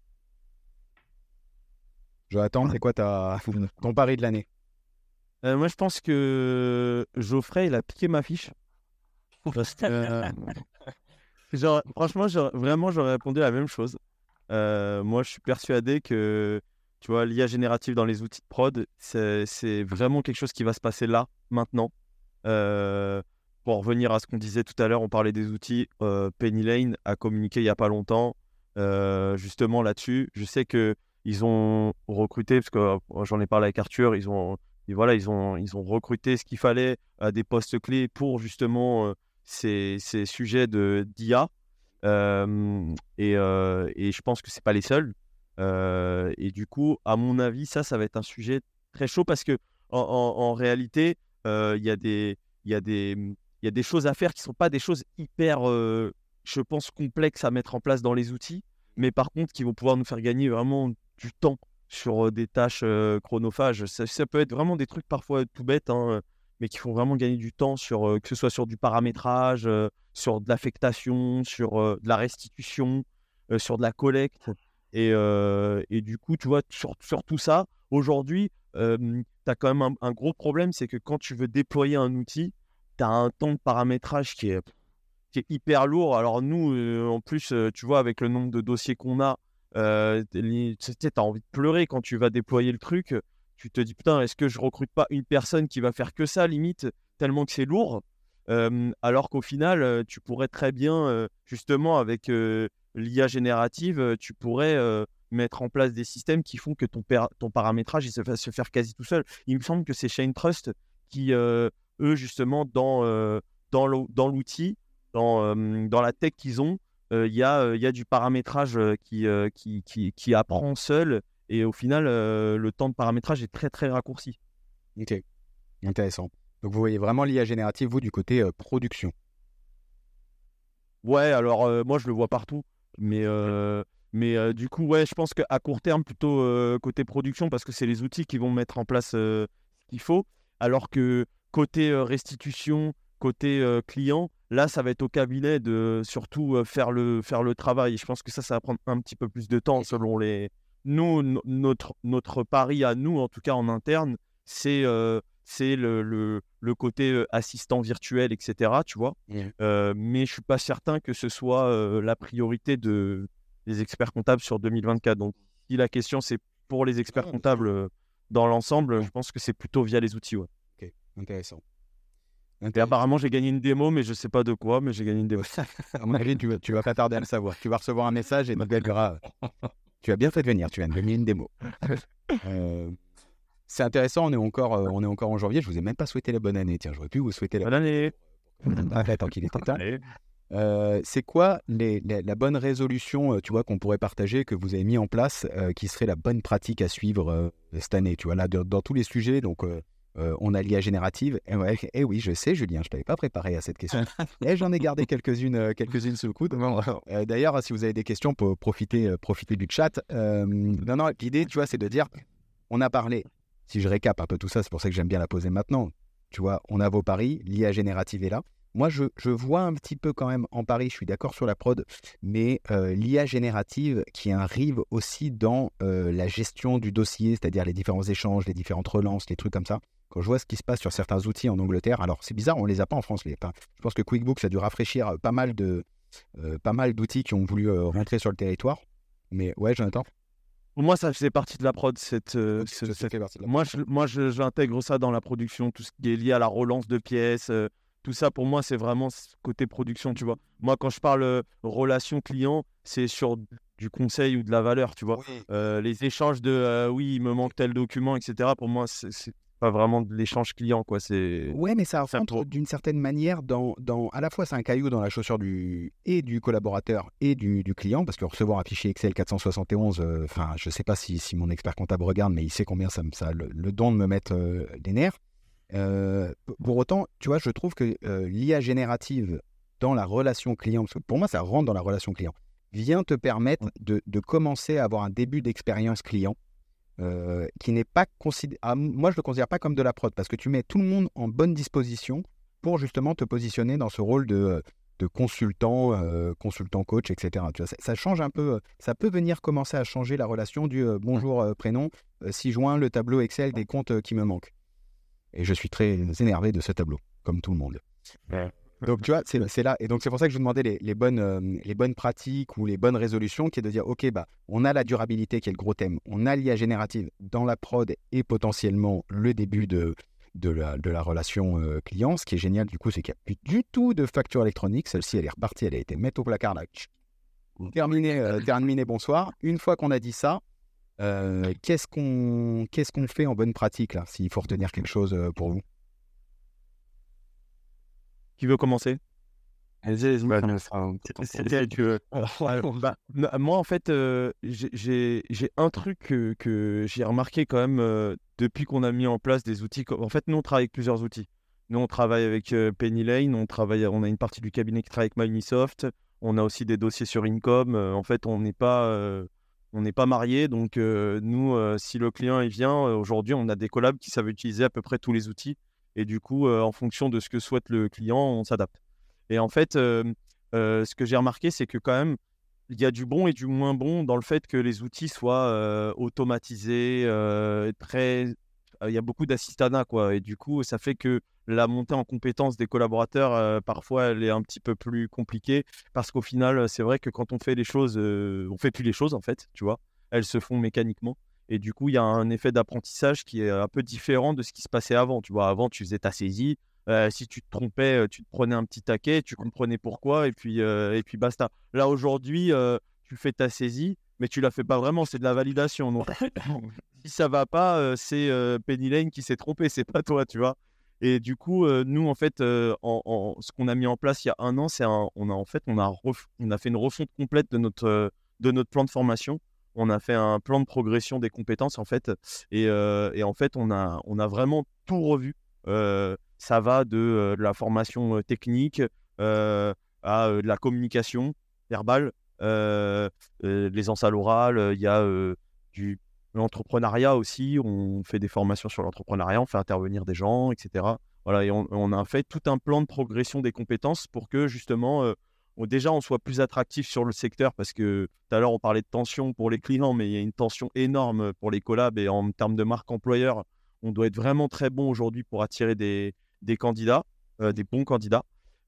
Jonathan, c'est quoi ta, ton pari de l'année? Euh, moi, je pense que Geoffrey, il a piqué ma fiche. Parce que, euh, genre, franchement, j'aurais- vraiment, j'aurais répondu la même chose. Euh, moi, je suis persuadé que, tu vois, l'I A générative dans les outils de prod, c'est c'est vraiment quelque chose qui va se passer là, maintenant. Euh, pour revenir à ce qu'on disait tout à l'heure, on parlait des outils. Euh, Penny Lane a communiqué il n'y a pas longtemps, euh, justement là-dessus. Je sais que ils ont recruté, parce que euh, j'en ai parlé avec Arthur, ils ont, et voilà, ils ont, ils ont recruté ce qu'il fallait à des postes clés pour justement euh, ces, ces sujets de d'I A. Euh, et, euh, et je pense que c'est pas les seuls. Euh, et du coup, à mon avis, ça, ça va être un sujet très chaud parce que en, en- en réalité, euh, il y a des, il y a des, il y a des choses à faire qui sont pas des choses hyper, euh, je pense, complexes à mettre en place dans les outils, mais par contre, qui vont pouvoir nous faire gagner vraiment du temps sur euh, des tâches euh, chronophages. Ça, ça peut être vraiment des trucs parfois tout bêtes, hein, mais qui font vraiment gagner du temps sur, euh, que ce soit sur du paramétrage, euh, sur de l'affectation, sur euh, de la restitution, euh, sur de la collecte. Et, euh, et du coup, tu vois, sur, sur tout ça, aujourd'hui, euh, tu as quand même un, un gros problème, c'est que quand tu veux déployer un outil, tu as un temps de paramétrage qui est, qui est hyper lourd. Alors nous, euh, en plus, euh, tu vois, avec le nombre de dossiers qu'on a, euh, tu as envie de pleurer quand tu vas déployer le truc. Tu te dis, putain, est-ce que je recrute pas une personne qui va faire que ça, limite, tellement que c'est lourd. Euh, alors qu'au final, euh, tu pourrais très bien, euh, justement, avec euh, l'I A générative, euh, tu pourrais euh, mettre en place des systèmes qui font que ton, per- ton paramétrage il se fasse se faire quasi tout seul. Il me semble que c'est Shane Trust qui, euh, eux, justement, dans, euh, dans l'ou- dans l'outil, dans, euh, dans la tech qu'ils ont, il y, euh, y a du paramétrage euh, qui, euh, qui, qui, qui apprend seul. Et au final, euh, le temps de paramétrage est très, très raccourci. Ok, intéressant. Donc, vous voyez vraiment l'I A générative, vous, du côté euh, production. Ouais, alors euh, moi, je le vois partout. Mais, euh, mais euh, du coup, ouais, je pense qu'à court terme, plutôt euh, côté production, parce que c'est les outils qui vont mettre en place euh, ce qu'il faut. Alors que côté euh, restitution, côté euh, client, là, ça va être au cabinet de surtout euh, faire, le, faire le travail. Je pense que ça, ça va prendre un petit peu plus de temps selon les... Nous, no- notre, notre pari à nous, en tout cas en interne, c'est euh, c'est le, le, le côté euh, assistant virtuel, et cetera. Tu vois. Mhm. Euh, mais je ne suis pas certain que ce soit euh, la priorité de, des experts comptables sur deux mille vingt-quatre. Donc, si la question, c'est pour les experts Ah, comptables euh, dans l'ensemble, Ouais. je pense que c'est plutôt via les outils. Ouais. Ok, intéressant. Et Intéressant. apparemment, j'ai gagné une démo, mais je ne sais pas de quoi, mais j'ai gagné une démo. À mon avis, tu, vas- tu vas pas tarder à le savoir. Tu vas recevoir un message et tu verras. Tu as bien fait de venir, tu viens de gagner une démo. Euh, c'est intéressant, on est, encore, euh, on est encore en janvier. Je vous ai même pas souhaité la bonne année. Tiens, j'aurais pu vous souhaiter la Bonne année. Après, tant qu'il était temps. Allez. Euh, c'est quoi les, les- la bonne résolution, euh, tu vois, qu'on pourrait partager, que vous avez mis en place, euh, qui serait la bonne pratique à suivre euh, cette année, tu vois, là, dans, dans tous les sujets. Donc, euh, euh, on a l'I A générative. Et, ouais, et oui, je sais, Julien, je t'avais pas préparé à cette question. Et j'en ai gardé quelques-unes, euh, quelques-unes sous le coude. Euh, d'ailleurs, si vous avez des questions, pour profiter, euh, profiter du chat. Euh, non, non, l'idée, tu vois, c'est de dire, on a parlé. Si je récap un peu tout ça, c'est pour ça que j'aime bien la poser maintenant. Tu vois, on a vos paris, l'I A générative est là. Moi, je, je vois un petit peu quand même en Paris, je suis d'accord sur la prod, mais euh, l'I A générative qui arrive aussi dans euh, la gestion du dossier, c'est-à-dire les différents échanges, les différentes relances, les trucs comme ça. Quand je vois ce qui se passe sur certains outils en Angleterre, alors c'est bizarre, on les a pas en France. Les, enfin, je pense que QuickBooks a dû rafraîchir euh, pas mal de, euh, pas mal d'outils qui ont voulu euh, rentrer sur le territoire. Mais ouais, Jonathan. Pour moi, ça faisait partie de la prod. Cette, euh, Ok, ce- ça cette- fait partie de la- Moi, je, moi je- j'intègre ça dans la production, tout ce qui est lié à la relance de pièces. euh, tout ça, pour moi, c'est vraiment ce côté production, tu vois. Moi, quand je parle euh, relation client, c'est sur du conseil ou de la valeur, tu vois. Oui. Euh, les échanges de euh, oui, il me manque tel document, et cetera. Pour moi, c'est c'est pas vraiment de l'échange client, quoi. C'est Ouais, mais ça c'est un rentre peu- d'une certaine manière dans, dans... À la fois, c'est un caillou dans la chaussure du... et du collaborateur et du, du client, parce que recevoir un fichier Excel quatre cent soixante et onze, euh, enfin, je sais pas si, si mon expert comptable regarde, mais il sait combien ça, me- ça a le, le don de me mettre euh, les nerfs. Euh, p- pour autant, tu vois, je trouve que euh, l'I A générative dans la relation client, parce que pour moi, ça rentre dans la relation client, vient te permettre de, de commencer à avoir un début d'expérience client euh, qui n'est pas considéré. Ah, moi, je le considère pas comme de la prod parce que tu mets tout le monde en bonne disposition pour justement te positionner dans ce rôle de, de consultant, euh, consultant coach, et cetera. Tu vois, ça, ça change un peu. euh, Ça peut venir commencer à changer la relation du euh, bonjour euh, prénom, euh, si joint le tableau Excel des comptes euh, qui me manquent. Et je suis très énervé de ce tableau, comme tout le monde. Donc, tu vois, c'est c'est là. Et donc, c'est pour ça que je vous demandais les, les bonnes, euh, les bonnes pratiques ou les bonnes résolutions, qui est de dire, OK, bah, on a la durabilité qui est le gros thème. On a l'I A générative dans la prod et potentiellement le début de, de, la, de la relation euh, client. Ce qui est génial, du coup, c'est qu'il n'y a plus du tout de facture électronique. Celle-ci, elle est repartie, elle a été mise au placard là. Terminé, euh, terminé, bonsoir. Une fois qu'on a dit ça, euh, qu'est-ce qu'on qu'est-ce qu'on fait en bonne pratique, là, s'il faut retenir quelque chose euh, pour vous? Qui veut commencer? Allez-y, allez-y, Bah, prenez ça. Si si tu veux. Bah, n- moi, en fait, euh, j'ai- j'ai j'ai un truc que, que j'ai remarqué quand même euh, depuis qu'on a mis en place des outils. co- En fait, nous, on travaille avec plusieurs outils. Nous, on travaille avec euh, Penny Lane, on, travaille, on a une partie du cabinet qui travaille avec Microsoft, on a aussi des dossiers sur Income. Euh, en fait, on n'est pas, euh, on n'est pas mariés. Donc, euh, nous, euh, si le client il vient, euh, aujourd'hui, on a des collabs qui savent utiliser à peu près tous les outils. Et du coup, euh, en fonction de ce que souhaite le client, on s'adapte. Et en fait, euh, euh, ce que j'ai remarqué, c'est que quand même, il y a du bon et du moins bon dans le fait que les outils soient euh, automatisés, euh, très... il y a beaucoup d'assistanat, quoi. Et du coup, ça fait que la montée en compétences des collaborateurs, euh, parfois, elle est un petit peu plus compliquée parce qu'au final, c'est vrai que quand on fait les choses, euh, on fait plus les choses, en fait, tu vois. Elles se font mécaniquement. Et du coup, il y a un effet d'apprentissage qui est un peu différent de ce qui se passait avant. Tu vois, avant, tu faisais ta saisie. Euh, si tu te trompais, euh, tu te prenais un petit taquet, tu comprenais pourquoi, et puis, euh, et puis basta. Là, aujourd'hui, euh, tu fais ta saisie, mais tu la fais pas vraiment, c'est de la validation. Donc, si ça va pas, euh, c'est euh, Penny Lane qui s'est trompé, c'est pas toi, tu vois. Et du coup, euh, nous, en fait, euh, en, en- ce qu'on a mis en place il y a un an, c'est un, on a en fait, on a, ref- on a fait une refonte complète de notre, euh, de notre plan de formation. On a fait un plan de progression des compétences, en fait, et, euh, et en fait, on a, on a vraiment tout revu. Euh, ça va de, euh, de la formation euh, technique euh, à euh, de la communication verbale, euh, euh, l'aisance à l'oral. euh, Il y a euh, du l'entrepreneuriat aussi. On fait des formations sur l'entrepreneuriat, on fait intervenir des gens, et cetera. Voilà, et on, on a fait tout un plan de progression des compétences pour que justement, euh, on- déjà, on soit plus attractif sur le secteur parce que tout à l'heure, on parlait de tension pour les clients, mais il y a une tension énorme pour les collabs et en termes de marque employeur, on doit être vraiment très bon aujourd'hui pour attirer des, des candidats, euh, des bons candidats.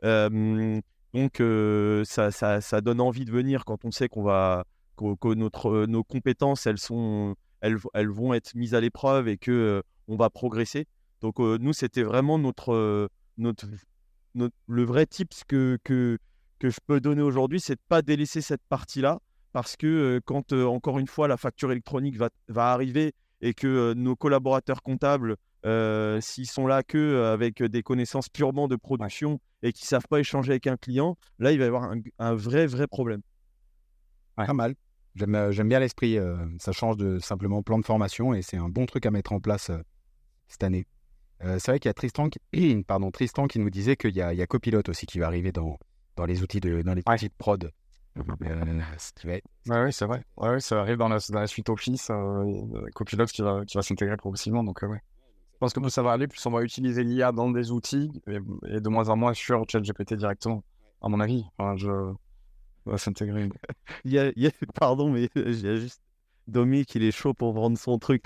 Euh, donc, euh, ça, ça, ça donne envie de venir quand on sait qu'on va, que, que notre, euh, nos compétences, elles sont, elles, elles vont être mises à l'épreuve et que euh, on va progresser. Donc, euh, nous, c'était vraiment notre, euh, notre, notre, le vrai tips que, que, que je peux donner aujourd'hui, c'est de ne pas délaisser cette partie-là parce que euh, quand, euh, encore une fois, la facture électronique va, va arriver et que euh, nos collaborateurs comptables, euh, s'ils sont là que euh, avec des connaissances purement de production et qui ne savent pas échanger avec un client, là, il va y avoir un, un vrai, vrai problème. Ouais. Pas mal. J'aime, euh, j'aime bien l'esprit. euh, ça change de simplement plan de formation et c'est un bon truc à mettre en place euh, cette année. Euh, c'est vrai qu'il y a Tristan qui, pardon, Tristan qui nous disait qu'il y a, il y a Copilot aussi qui va arriver dans, dans les outils de, dans les Ouais. outils de prod. Euh, ce qui va être- Ouais, ouais, c'est vrai. Ouais, ouais, ça arrive dans la, dans la suite Office, euh, Copilot qui va, qui va s'intégrer progressivement. Donc, euh, ouais. Je pense que plus ça va aller, plus on va utiliser l'I A dans des outils et, et de moins en moins sur ChatGPT directement, à mon avis. Enfin, je... ça va s'intégrer. Il y a, il y a- pardon, mais j'ai juste Dominique, il est chaud pour vendre son truc.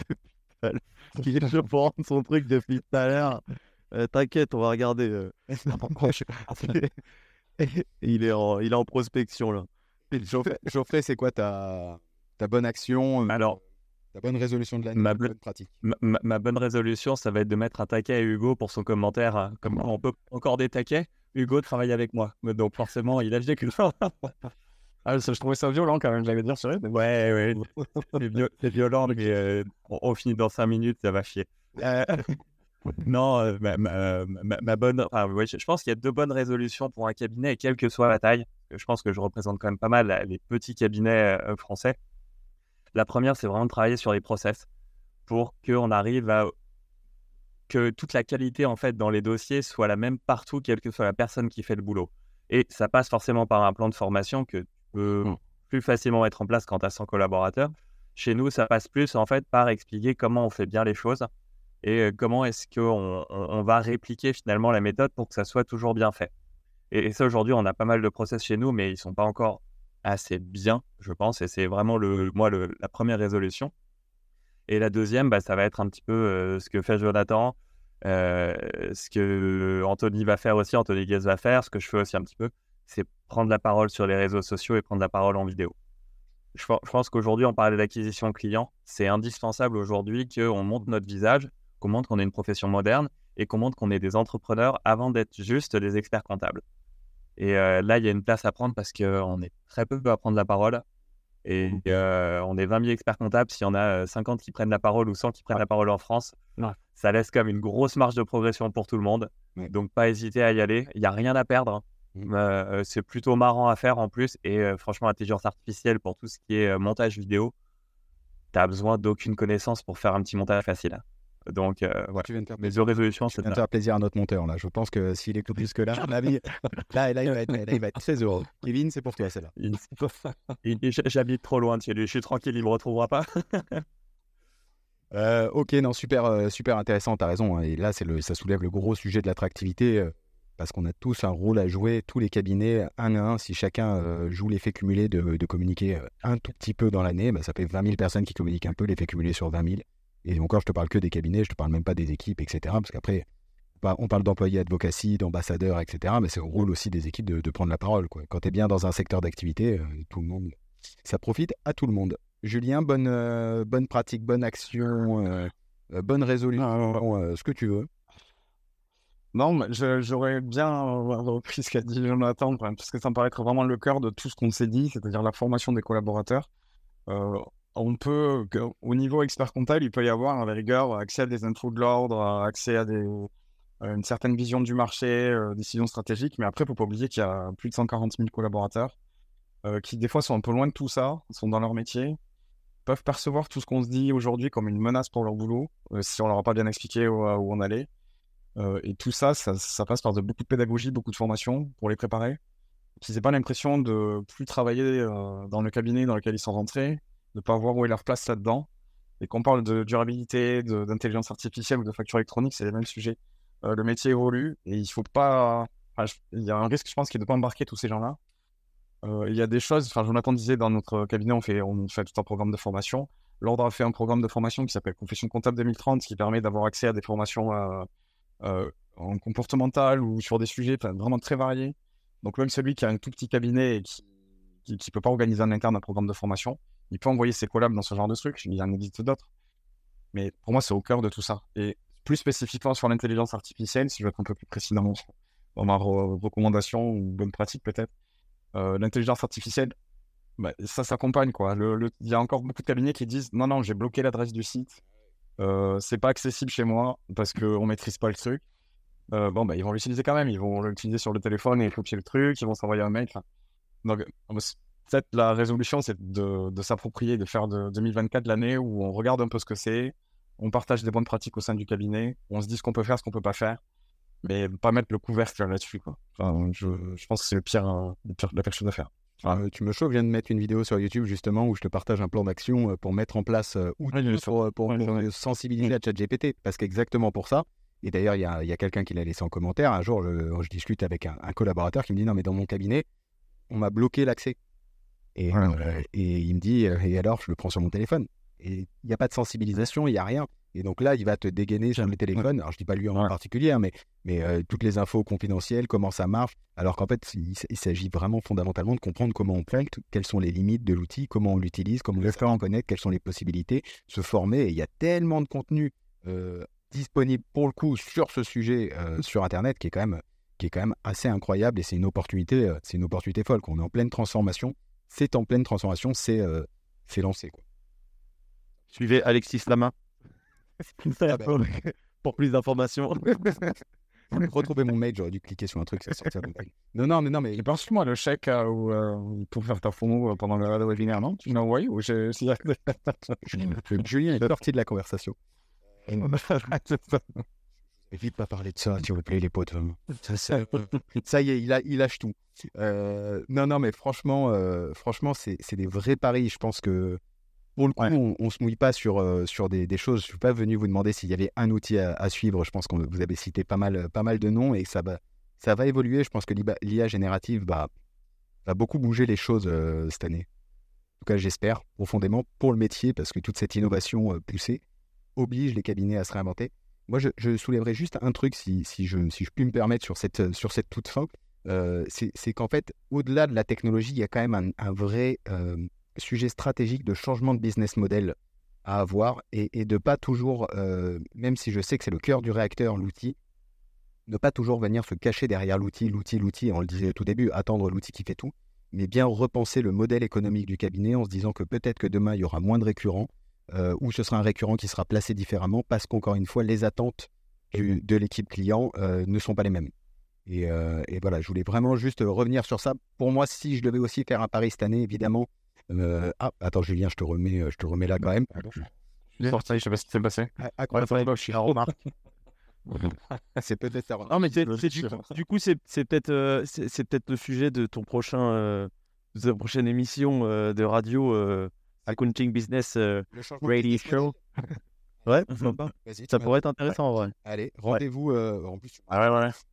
Il est chaud pour vendre son truc depuis tout à l'heure. Euh, t'inquiète, on va regarder. euh. il, est en, il est en prospection là. Geoffrey, Geoffrey, c'est quoi ta, ta bonne action, euh, Alors, ta bonne résolution de l'année, ma ta bonne- bonne pratique? ma, ma- ma bonne résolution, ça va être de mettre un taquet à Hugo pour son commentaire. hein. Comme on peut encore des taquets, Hugo travaille avec moi. Mais donc forcément, il a dit que... Ah, ça, je trouvais ça violent quand même, j'allais dire, c'est vrai. Mais... Ouais, ouais, c'est vio- c'est violent, mais euh, on, on finit dans cinq minutes, ça va chier. Euh, non, euh, ma, ma- ma- ma bonne... Enfin, ouais, je, je pense qu'il y a deux bonnes résolutions pour un cabinet, et quelle que soit la taille. Je pense que je représente quand même pas mal la- les petits cabinets euh, français. La première, c'est vraiment de travailler sur les process pour qu'on arrive à... que toute la qualité, en fait, dans les dossiers soit la même partout, quelle que soit la personne qui fait le boulot. Et ça passe forcément par un plan de formation que tu peux Mm. plus facilement mettre en place quand tu as cent collaborateurs. Chez nous, ça passe plus, en fait, par expliquer comment on fait bien les choses et euh, comment est-ce qu'on on, on va répliquer finalement la méthode pour que ça soit toujours bien fait. Et, et ça, aujourd'hui, on a pas mal de process chez nous, mais ils ne sont pas encore assez bien, je pense. Et c'est vraiment, le, moi, le, la première résolution. Et la deuxième, bah, ça va être un petit peu euh, ce que fait Jonathan, euh, ce que Anthony va faire aussi, Anthony Guez va faire, ce que je fais aussi un petit peu, c'est prendre la parole sur les réseaux sociaux et prendre la parole en vidéo. Je, je pense qu'aujourd'hui, on parlait d'acquisition client, c'est indispensable aujourd'hui qu'on montre notre visage, qu'on montre qu'on est une profession moderne et qu'on montre qu'on est des entrepreneurs avant d'être juste des experts comptables. Et euh, là, il y a une place à prendre parce qu'on est très peu à prendre la parole. Et euh, on est vingt mille experts comptables. S'il y en a cinquante qui prennent la parole ou cent qui prennent la parole en France, Ouais. ça laisse comme une grosse marge de progression pour tout le monde. Ouais. Donc, pas hésiter à y aller. Il n'y a rien à perdre. Mmh. Euh, c'est plutôt marrant à faire en plus. Et euh, franchement, l'intelligence artificielle pour tout ce qui est euh, montage vidéo, tu n'as besoin d'aucune connaissance pour faire un petit montage facile. Donc, euh, voilà. Tu viens de faire Mes deux résolutions, Tu c'est viens de ça. faire plaisir à notre monteur là. Je pense que s'il écoute jusque-là, à mon avis, là, là, il va être, là, il va être très heureux. Kevin, c'est pour toi celle-là. Il- il- J'habite trop loin de chez lui. Je suis tranquille, il ne me retrouvera pas. Euh, ok, non, super, euh, super intéressant, t'as raison. hein. Et là, c'est le, ça soulève le gros sujet de l'attractivité. euh, parce qu'on a tous un rôle à jouer, tous les cabinets, un à un. Si chacun euh, joue l'effet cumulé de, de communiquer un tout petit peu dans l'année, bah, ça fait vingt mille personnes qui communiquent un peu, l'effet cumulé sur vingt mille. Et encore, je te parle que des cabinets, je te parle même pas des équipes, et cetera. Parce qu'après, on parle d'employés advocacy, d'ambassadeurs, et cetera. Mais c'est au rôle aussi des équipes de, de prendre la parole, quoi. Quand tu es bien dans un secteur d'activité, euh, tout le monde, ça profite à tout le monde. Julien, bonne, euh, bonne pratique, bonne action, euh, euh, bonne résolution, euh, ce que tu veux. Non, mais je- j'aurais bien euh, repris ce qu'a dit Jonathan, enfin, parce que ça me paraît être vraiment le cœur de tout ce qu'on s'est dit, c'est-à-dire la formation des collaborateurs. Euh, on peut, que- au niveau expert comptable, il peut y avoir, à la rigueur, accès à des infos de l'ordre, accès à des, euh, une certaine vision du marché, euh, décisions stratégiques, mais après, il ne faut pas oublier qu'il y a plus de cent quarante mille collaborateurs euh, qui, des fois, sont un peu loin de tout ça, sont dans leur métier, peuvent percevoir tout ce qu'on se dit aujourd'hui comme une menace pour leur boulot, euh, si on leur a pas bien expliqué où, où on allait. Euh, et tout ça, ça, ça passe par de, beaucoup de pédagogie, beaucoup de formation pour les préparer. Qu'ils n'aient pas l'impression de plus travailler euh, dans le cabinet dans lequel ils sont rentrés, de ne pas voir où est leur place là-dedans. Et qu'on parle de durabilité, de- d'intelligence artificielle ou de facture électronique, c'est les mêmes sujets. Euh, le métier évolue et il faut pas. Enfin, je- il y a un risque, je pense, qui est de ne pas embarquer tous ces gens-là. Euh, il y a des choses, enfin, Jonathan disait, dans notre cabinet, on fait, on fait tout un programme de formation. L'Ordre a fait un programme de formation qui s'appelle Confession comptable deux mille trente, qui permet d'avoir accès à des formations euh, euh, en comportemental ou sur des sujets enfin, vraiment très variés. Donc même celui qui a un tout petit cabinet et qui ne peut pas organiser en interne un programme de formation, il peut envoyer ses collabs dans ce genre de trucs. Il y en existe d'autres. Mais pour moi, c'est au cœur de tout ça. Et plus spécifiquement sur l'intelligence artificielle, si je veux être un peu plus précis dans, mon, dans ma re- recommandation ou bonne pratique peut-être, euh, l'intelligence artificielle, bah, ça s'accompagne, quoi. Le, le- il y a encore beaucoup de cabinets qui disent non, non, j'ai bloqué l'adresse du site. Euh, c'est pas accessible chez moi parce qu'on maîtrise pas le truc. Euh, bon, bah, ils vont l'utiliser quand même. Ils vont l'utiliser sur le téléphone et copier le truc. Ils vont s'envoyer un mail. Enfin, donc, euh, c'est- peut-être la résolution, c'est de, de s'approprier, de faire de deux mille vingt-quatre l'année où on regarde un peu ce que c'est, on partage des bonnes pratiques au sein du cabinet, on se dit ce qu'on peut faire, ce qu'on peut pas faire, mais pas mettre le couvercle là-dessus, quoi. Enfin, je, je pense que c'est le pire, euh, le pire, la pire chose à faire. Euh, tu me chauffes, je viens de mettre une vidéo sur YouTube justement où je te partage un plan d'action euh, pour mettre en place euh, outils Ouais, bien sûr. pour, euh, pour, Ouais, pour, ouais. euh, sensibiliser à ChatGPT. Parce qu'exactement pour ça, et d'ailleurs, il y a, il y a quelqu'un qui l'a laissé en commentaire. Un jour, je, je discute avec un, un collaborateur qui me dit non, mais dans mon cabinet, on m'a bloqué l'accès. Et, Ouais, euh, et il me dit euh, et alors, je le prends sur mon téléphone. Et il n'y a pas de sensibilisation, il n'y a rien. Et donc là, il va te dégainer sur le téléphone. Alors, je dis pas lui en Ouais. particulier, hein, mais, mais euh, toutes les infos confidentielles, comment ça marche. Alors qu'en fait, il, il s'agit vraiment fondamentalement de comprendre comment on plante, quelles sont les limites de l'outil, comment on l'utilise, comment on en connaître, quelles sont les possibilités, se former. Et il y a tellement de contenu euh, disponible pour le coup sur ce sujet euh, sur Internet qui est quand même, qui est quand même assez incroyable. Et c'est une opportunité, euh, c'est une opportunité folle. Qu'on est en pleine transformation. C'est en pleine transformation, c'est euh, c'est lancé, quoi. Suivez Alexis Lama Ah bah, pour plus d'informations. retrouver mon mail, j'aurais dû cliquer sur un truc, ça sortir mon mail. Non, non, mais non, mais J'ai pas reçu, moi, le chèque euh, où, euh, pour faire ta promo euh, pendant le, le webinaire, non? Tu me l'as envoyé ou j'ai... si- Julien est sorti de la conversation. Vite pas parler de ça, s'il vous plaît, les potes. Ça, ça, ça y est, il, a, il lâche tout. Euh, non, non, mais franchement, euh, franchement, c'est c'est des vrais paris. Je pense que pour le coup, Ouais. on, on se mouille pas sur, euh, sur des, des choses. Je suis pas venu vous demander s'il y avait un outil à, à suivre. Je pense que vous avez cité pas mal, pas mal de noms et ça va, ça va évoluer. Je pense que l'I A générative va, va beaucoup bouger les choses euh, cette année. En tout cas, j'espère profondément pour le métier parce que toute cette innovation euh, poussée oblige les cabinets à se réinventer. Moi, je, je soulèverais juste un truc, si, si, je, si je puis me permettre, sur cette, sur cette toute fin. Euh, c'est c'est qu'en fait, au-delà de la technologie, il y a quand même un, un vrai euh, sujet stratégique de changement de business model à avoir et, et de pas toujours, euh, même si je sais que c'est le cœur du réacteur, l'outil, ne pas toujours venir se cacher derrière l'outil, l'outil, l'outil, on le disait au tout début, attendre l'outil qui fait tout, mais bien repenser le modèle économique du cabinet en se disant que peut-être que demain, il y aura moins de récurrents, Euh, ou ce sera un récurrent qui sera placé différemment parce qu'encore une fois, les attentes du, de l'équipe client euh, ne sont pas les mêmes. Et, euh, et voilà, je voulais vraiment juste revenir sur ça. Pour moi, si je devais aussi faire un pari cette année, évidemment. Euh, ah, attends, Julien, je te remets, je te remets là quand même. Je suis sorti, je sais pas ce qui s'est passé. Ah, ah, Ouais, ouais, je suis remarque. c'est peut-être ta Non, mais c'est- c'est du, du coup, c'est c'est peut-être euh, c'est c'est peut-être le sujet de ton prochain, euh, de ta prochaine émission euh, de radio, euh, Accounting Business euh, le changement de Radio business model. Show. Ouais, pourquoi pas. Vas-y, tu Ça m'as- pourrait être intéressant en vrai. Allez, rendez-vous. euh, en plus, Ah ouais, ouais.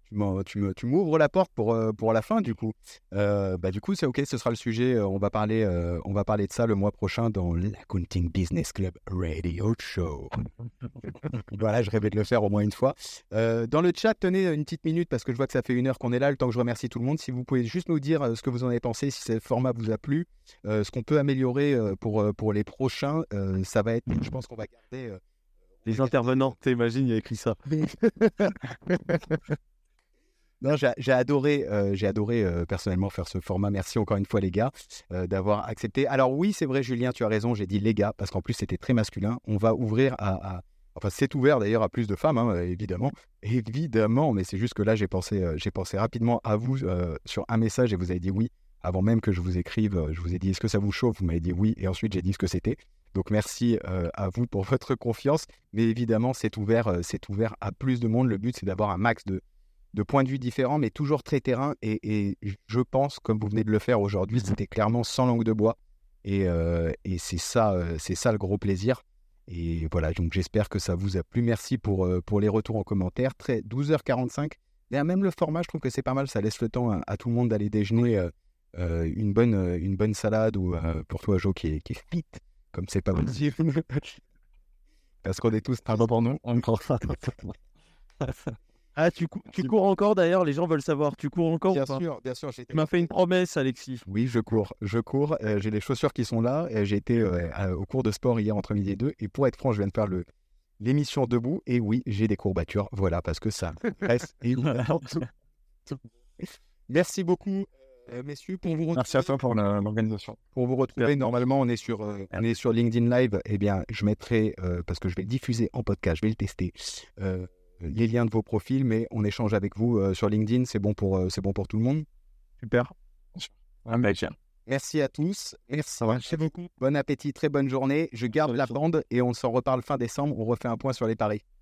tu, m'en- tu me, tu m'ouvres la porte pour, euh, pour la fin, du coup. Euh, bah, du coup, c'est OK, ce sera le sujet. euh, On va parler, euh, on va parler de ça le mois prochain dans l'Accounting Business Club Radio Show. Voilà, je rêvais de le faire au moins une fois. Euh, dans le chat, tenez une petite minute parce que je vois que ça fait une heure qu'on est là. Le temps que je remercie tout le monde. Si vous pouvez juste nous dire euh, ce que vous en avez pensé, si ce format vous a plu, euh, ce qu'on peut améliorer euh, pour, euh, pour les prochains, euh, ça va être, je pense qu'on va garder. euh, Les intervenants, t'imagines, il y a écrit ça. Non, j'ai j'ai adoré, euh, j'ai adoré euh, personnellement faire ce format. Merci encore une fois les gars euh, d'avoir accepté. Alors oui, c'est vrai Julien, tu as raison, j'ai dit les gars parce qu'en plus c'était très masculin. On va ouvrir à, à- enfin c'est ouvert d'ailleurs à plus de femmes, hein, évidemment, évidemment. Mais c'est juste que là j'ai pensé, euh, j'ai pensé rapidement à vous euh, sur un message et vous avez dit oui avant même que je vous écrive. euh, Je vous ai dit est-ce que ça vous chauffe? Vous m'avez dit oui et ensuite j'ai dit ce que c'était. Donc merci euh, à vous pour votre confiance. Mais évidemment c'est ouvert, euh, c'est ouvert à plus de monde. Le but c'est d'avoir un max de de points de vue différents, mais toujours très terrain. Et, et je pense, comme vous venez de le faire aujourd'hui, c'était clairement sans langue de bois. Et, euh, et c'est ça, euh, c'est ça le gros plaisir. Et voilà, donc j'espère que ça vous a plu. Merci pour, euh, pour les retours en commentaire. Très, douze heures quarante-cinq. Et même le format, je trouve que c'est pas mal. Ça laisse le temps à, à tout le monde d'aller déjeuner euh, euh, une, bonne, euh, une bonne salade ou euh, pour toi, Jo, qui est, qui est fit, comme c'est pas possible. Parce qu'on est tous... Pardon pour nous. On prend ça. Ah, tu, cou- tu cours encore d'ailleurs, les gens veulent savoir. Tu cours encore Bien ou pas? sûr, bien sûr. j'ai- Tu m'as fait une promesse, Alexis. Oui, je cours. Je cours. euh, j'ai les chaussures qui sont là. euh, j'ai été euh, à- au cours de sport hier entre midi et deux. Et pour être franc, je viens de faire le, l'émission debout. Et oui, j'ai des courbatures. Voilà, parce que ça reste. évidemment tout. Merci beaucoup, euh, messieurs, pour vous retrouver. Merci à toi pour la- l'organisation. Pour vous retrouver, normalement, on est sur, euh, on est sur LinkedIn Live. Eh bien, je mettrai, euh, parce que je vais le diffuser en podcast, je vais le tester, euh, les liens de vos profils, mais on échange avec vous euh, sur LinkedIn. C'est bon pour, euh, c'est bon pour tout le monde. Super. Ah, bah, tiens. Merci à tous. Merci. Ça va. Merci beaucoup. Bon appétit, très bonne journée. Je garde la bande et on s'en reparle fin décembre. On refait un point sur les paris.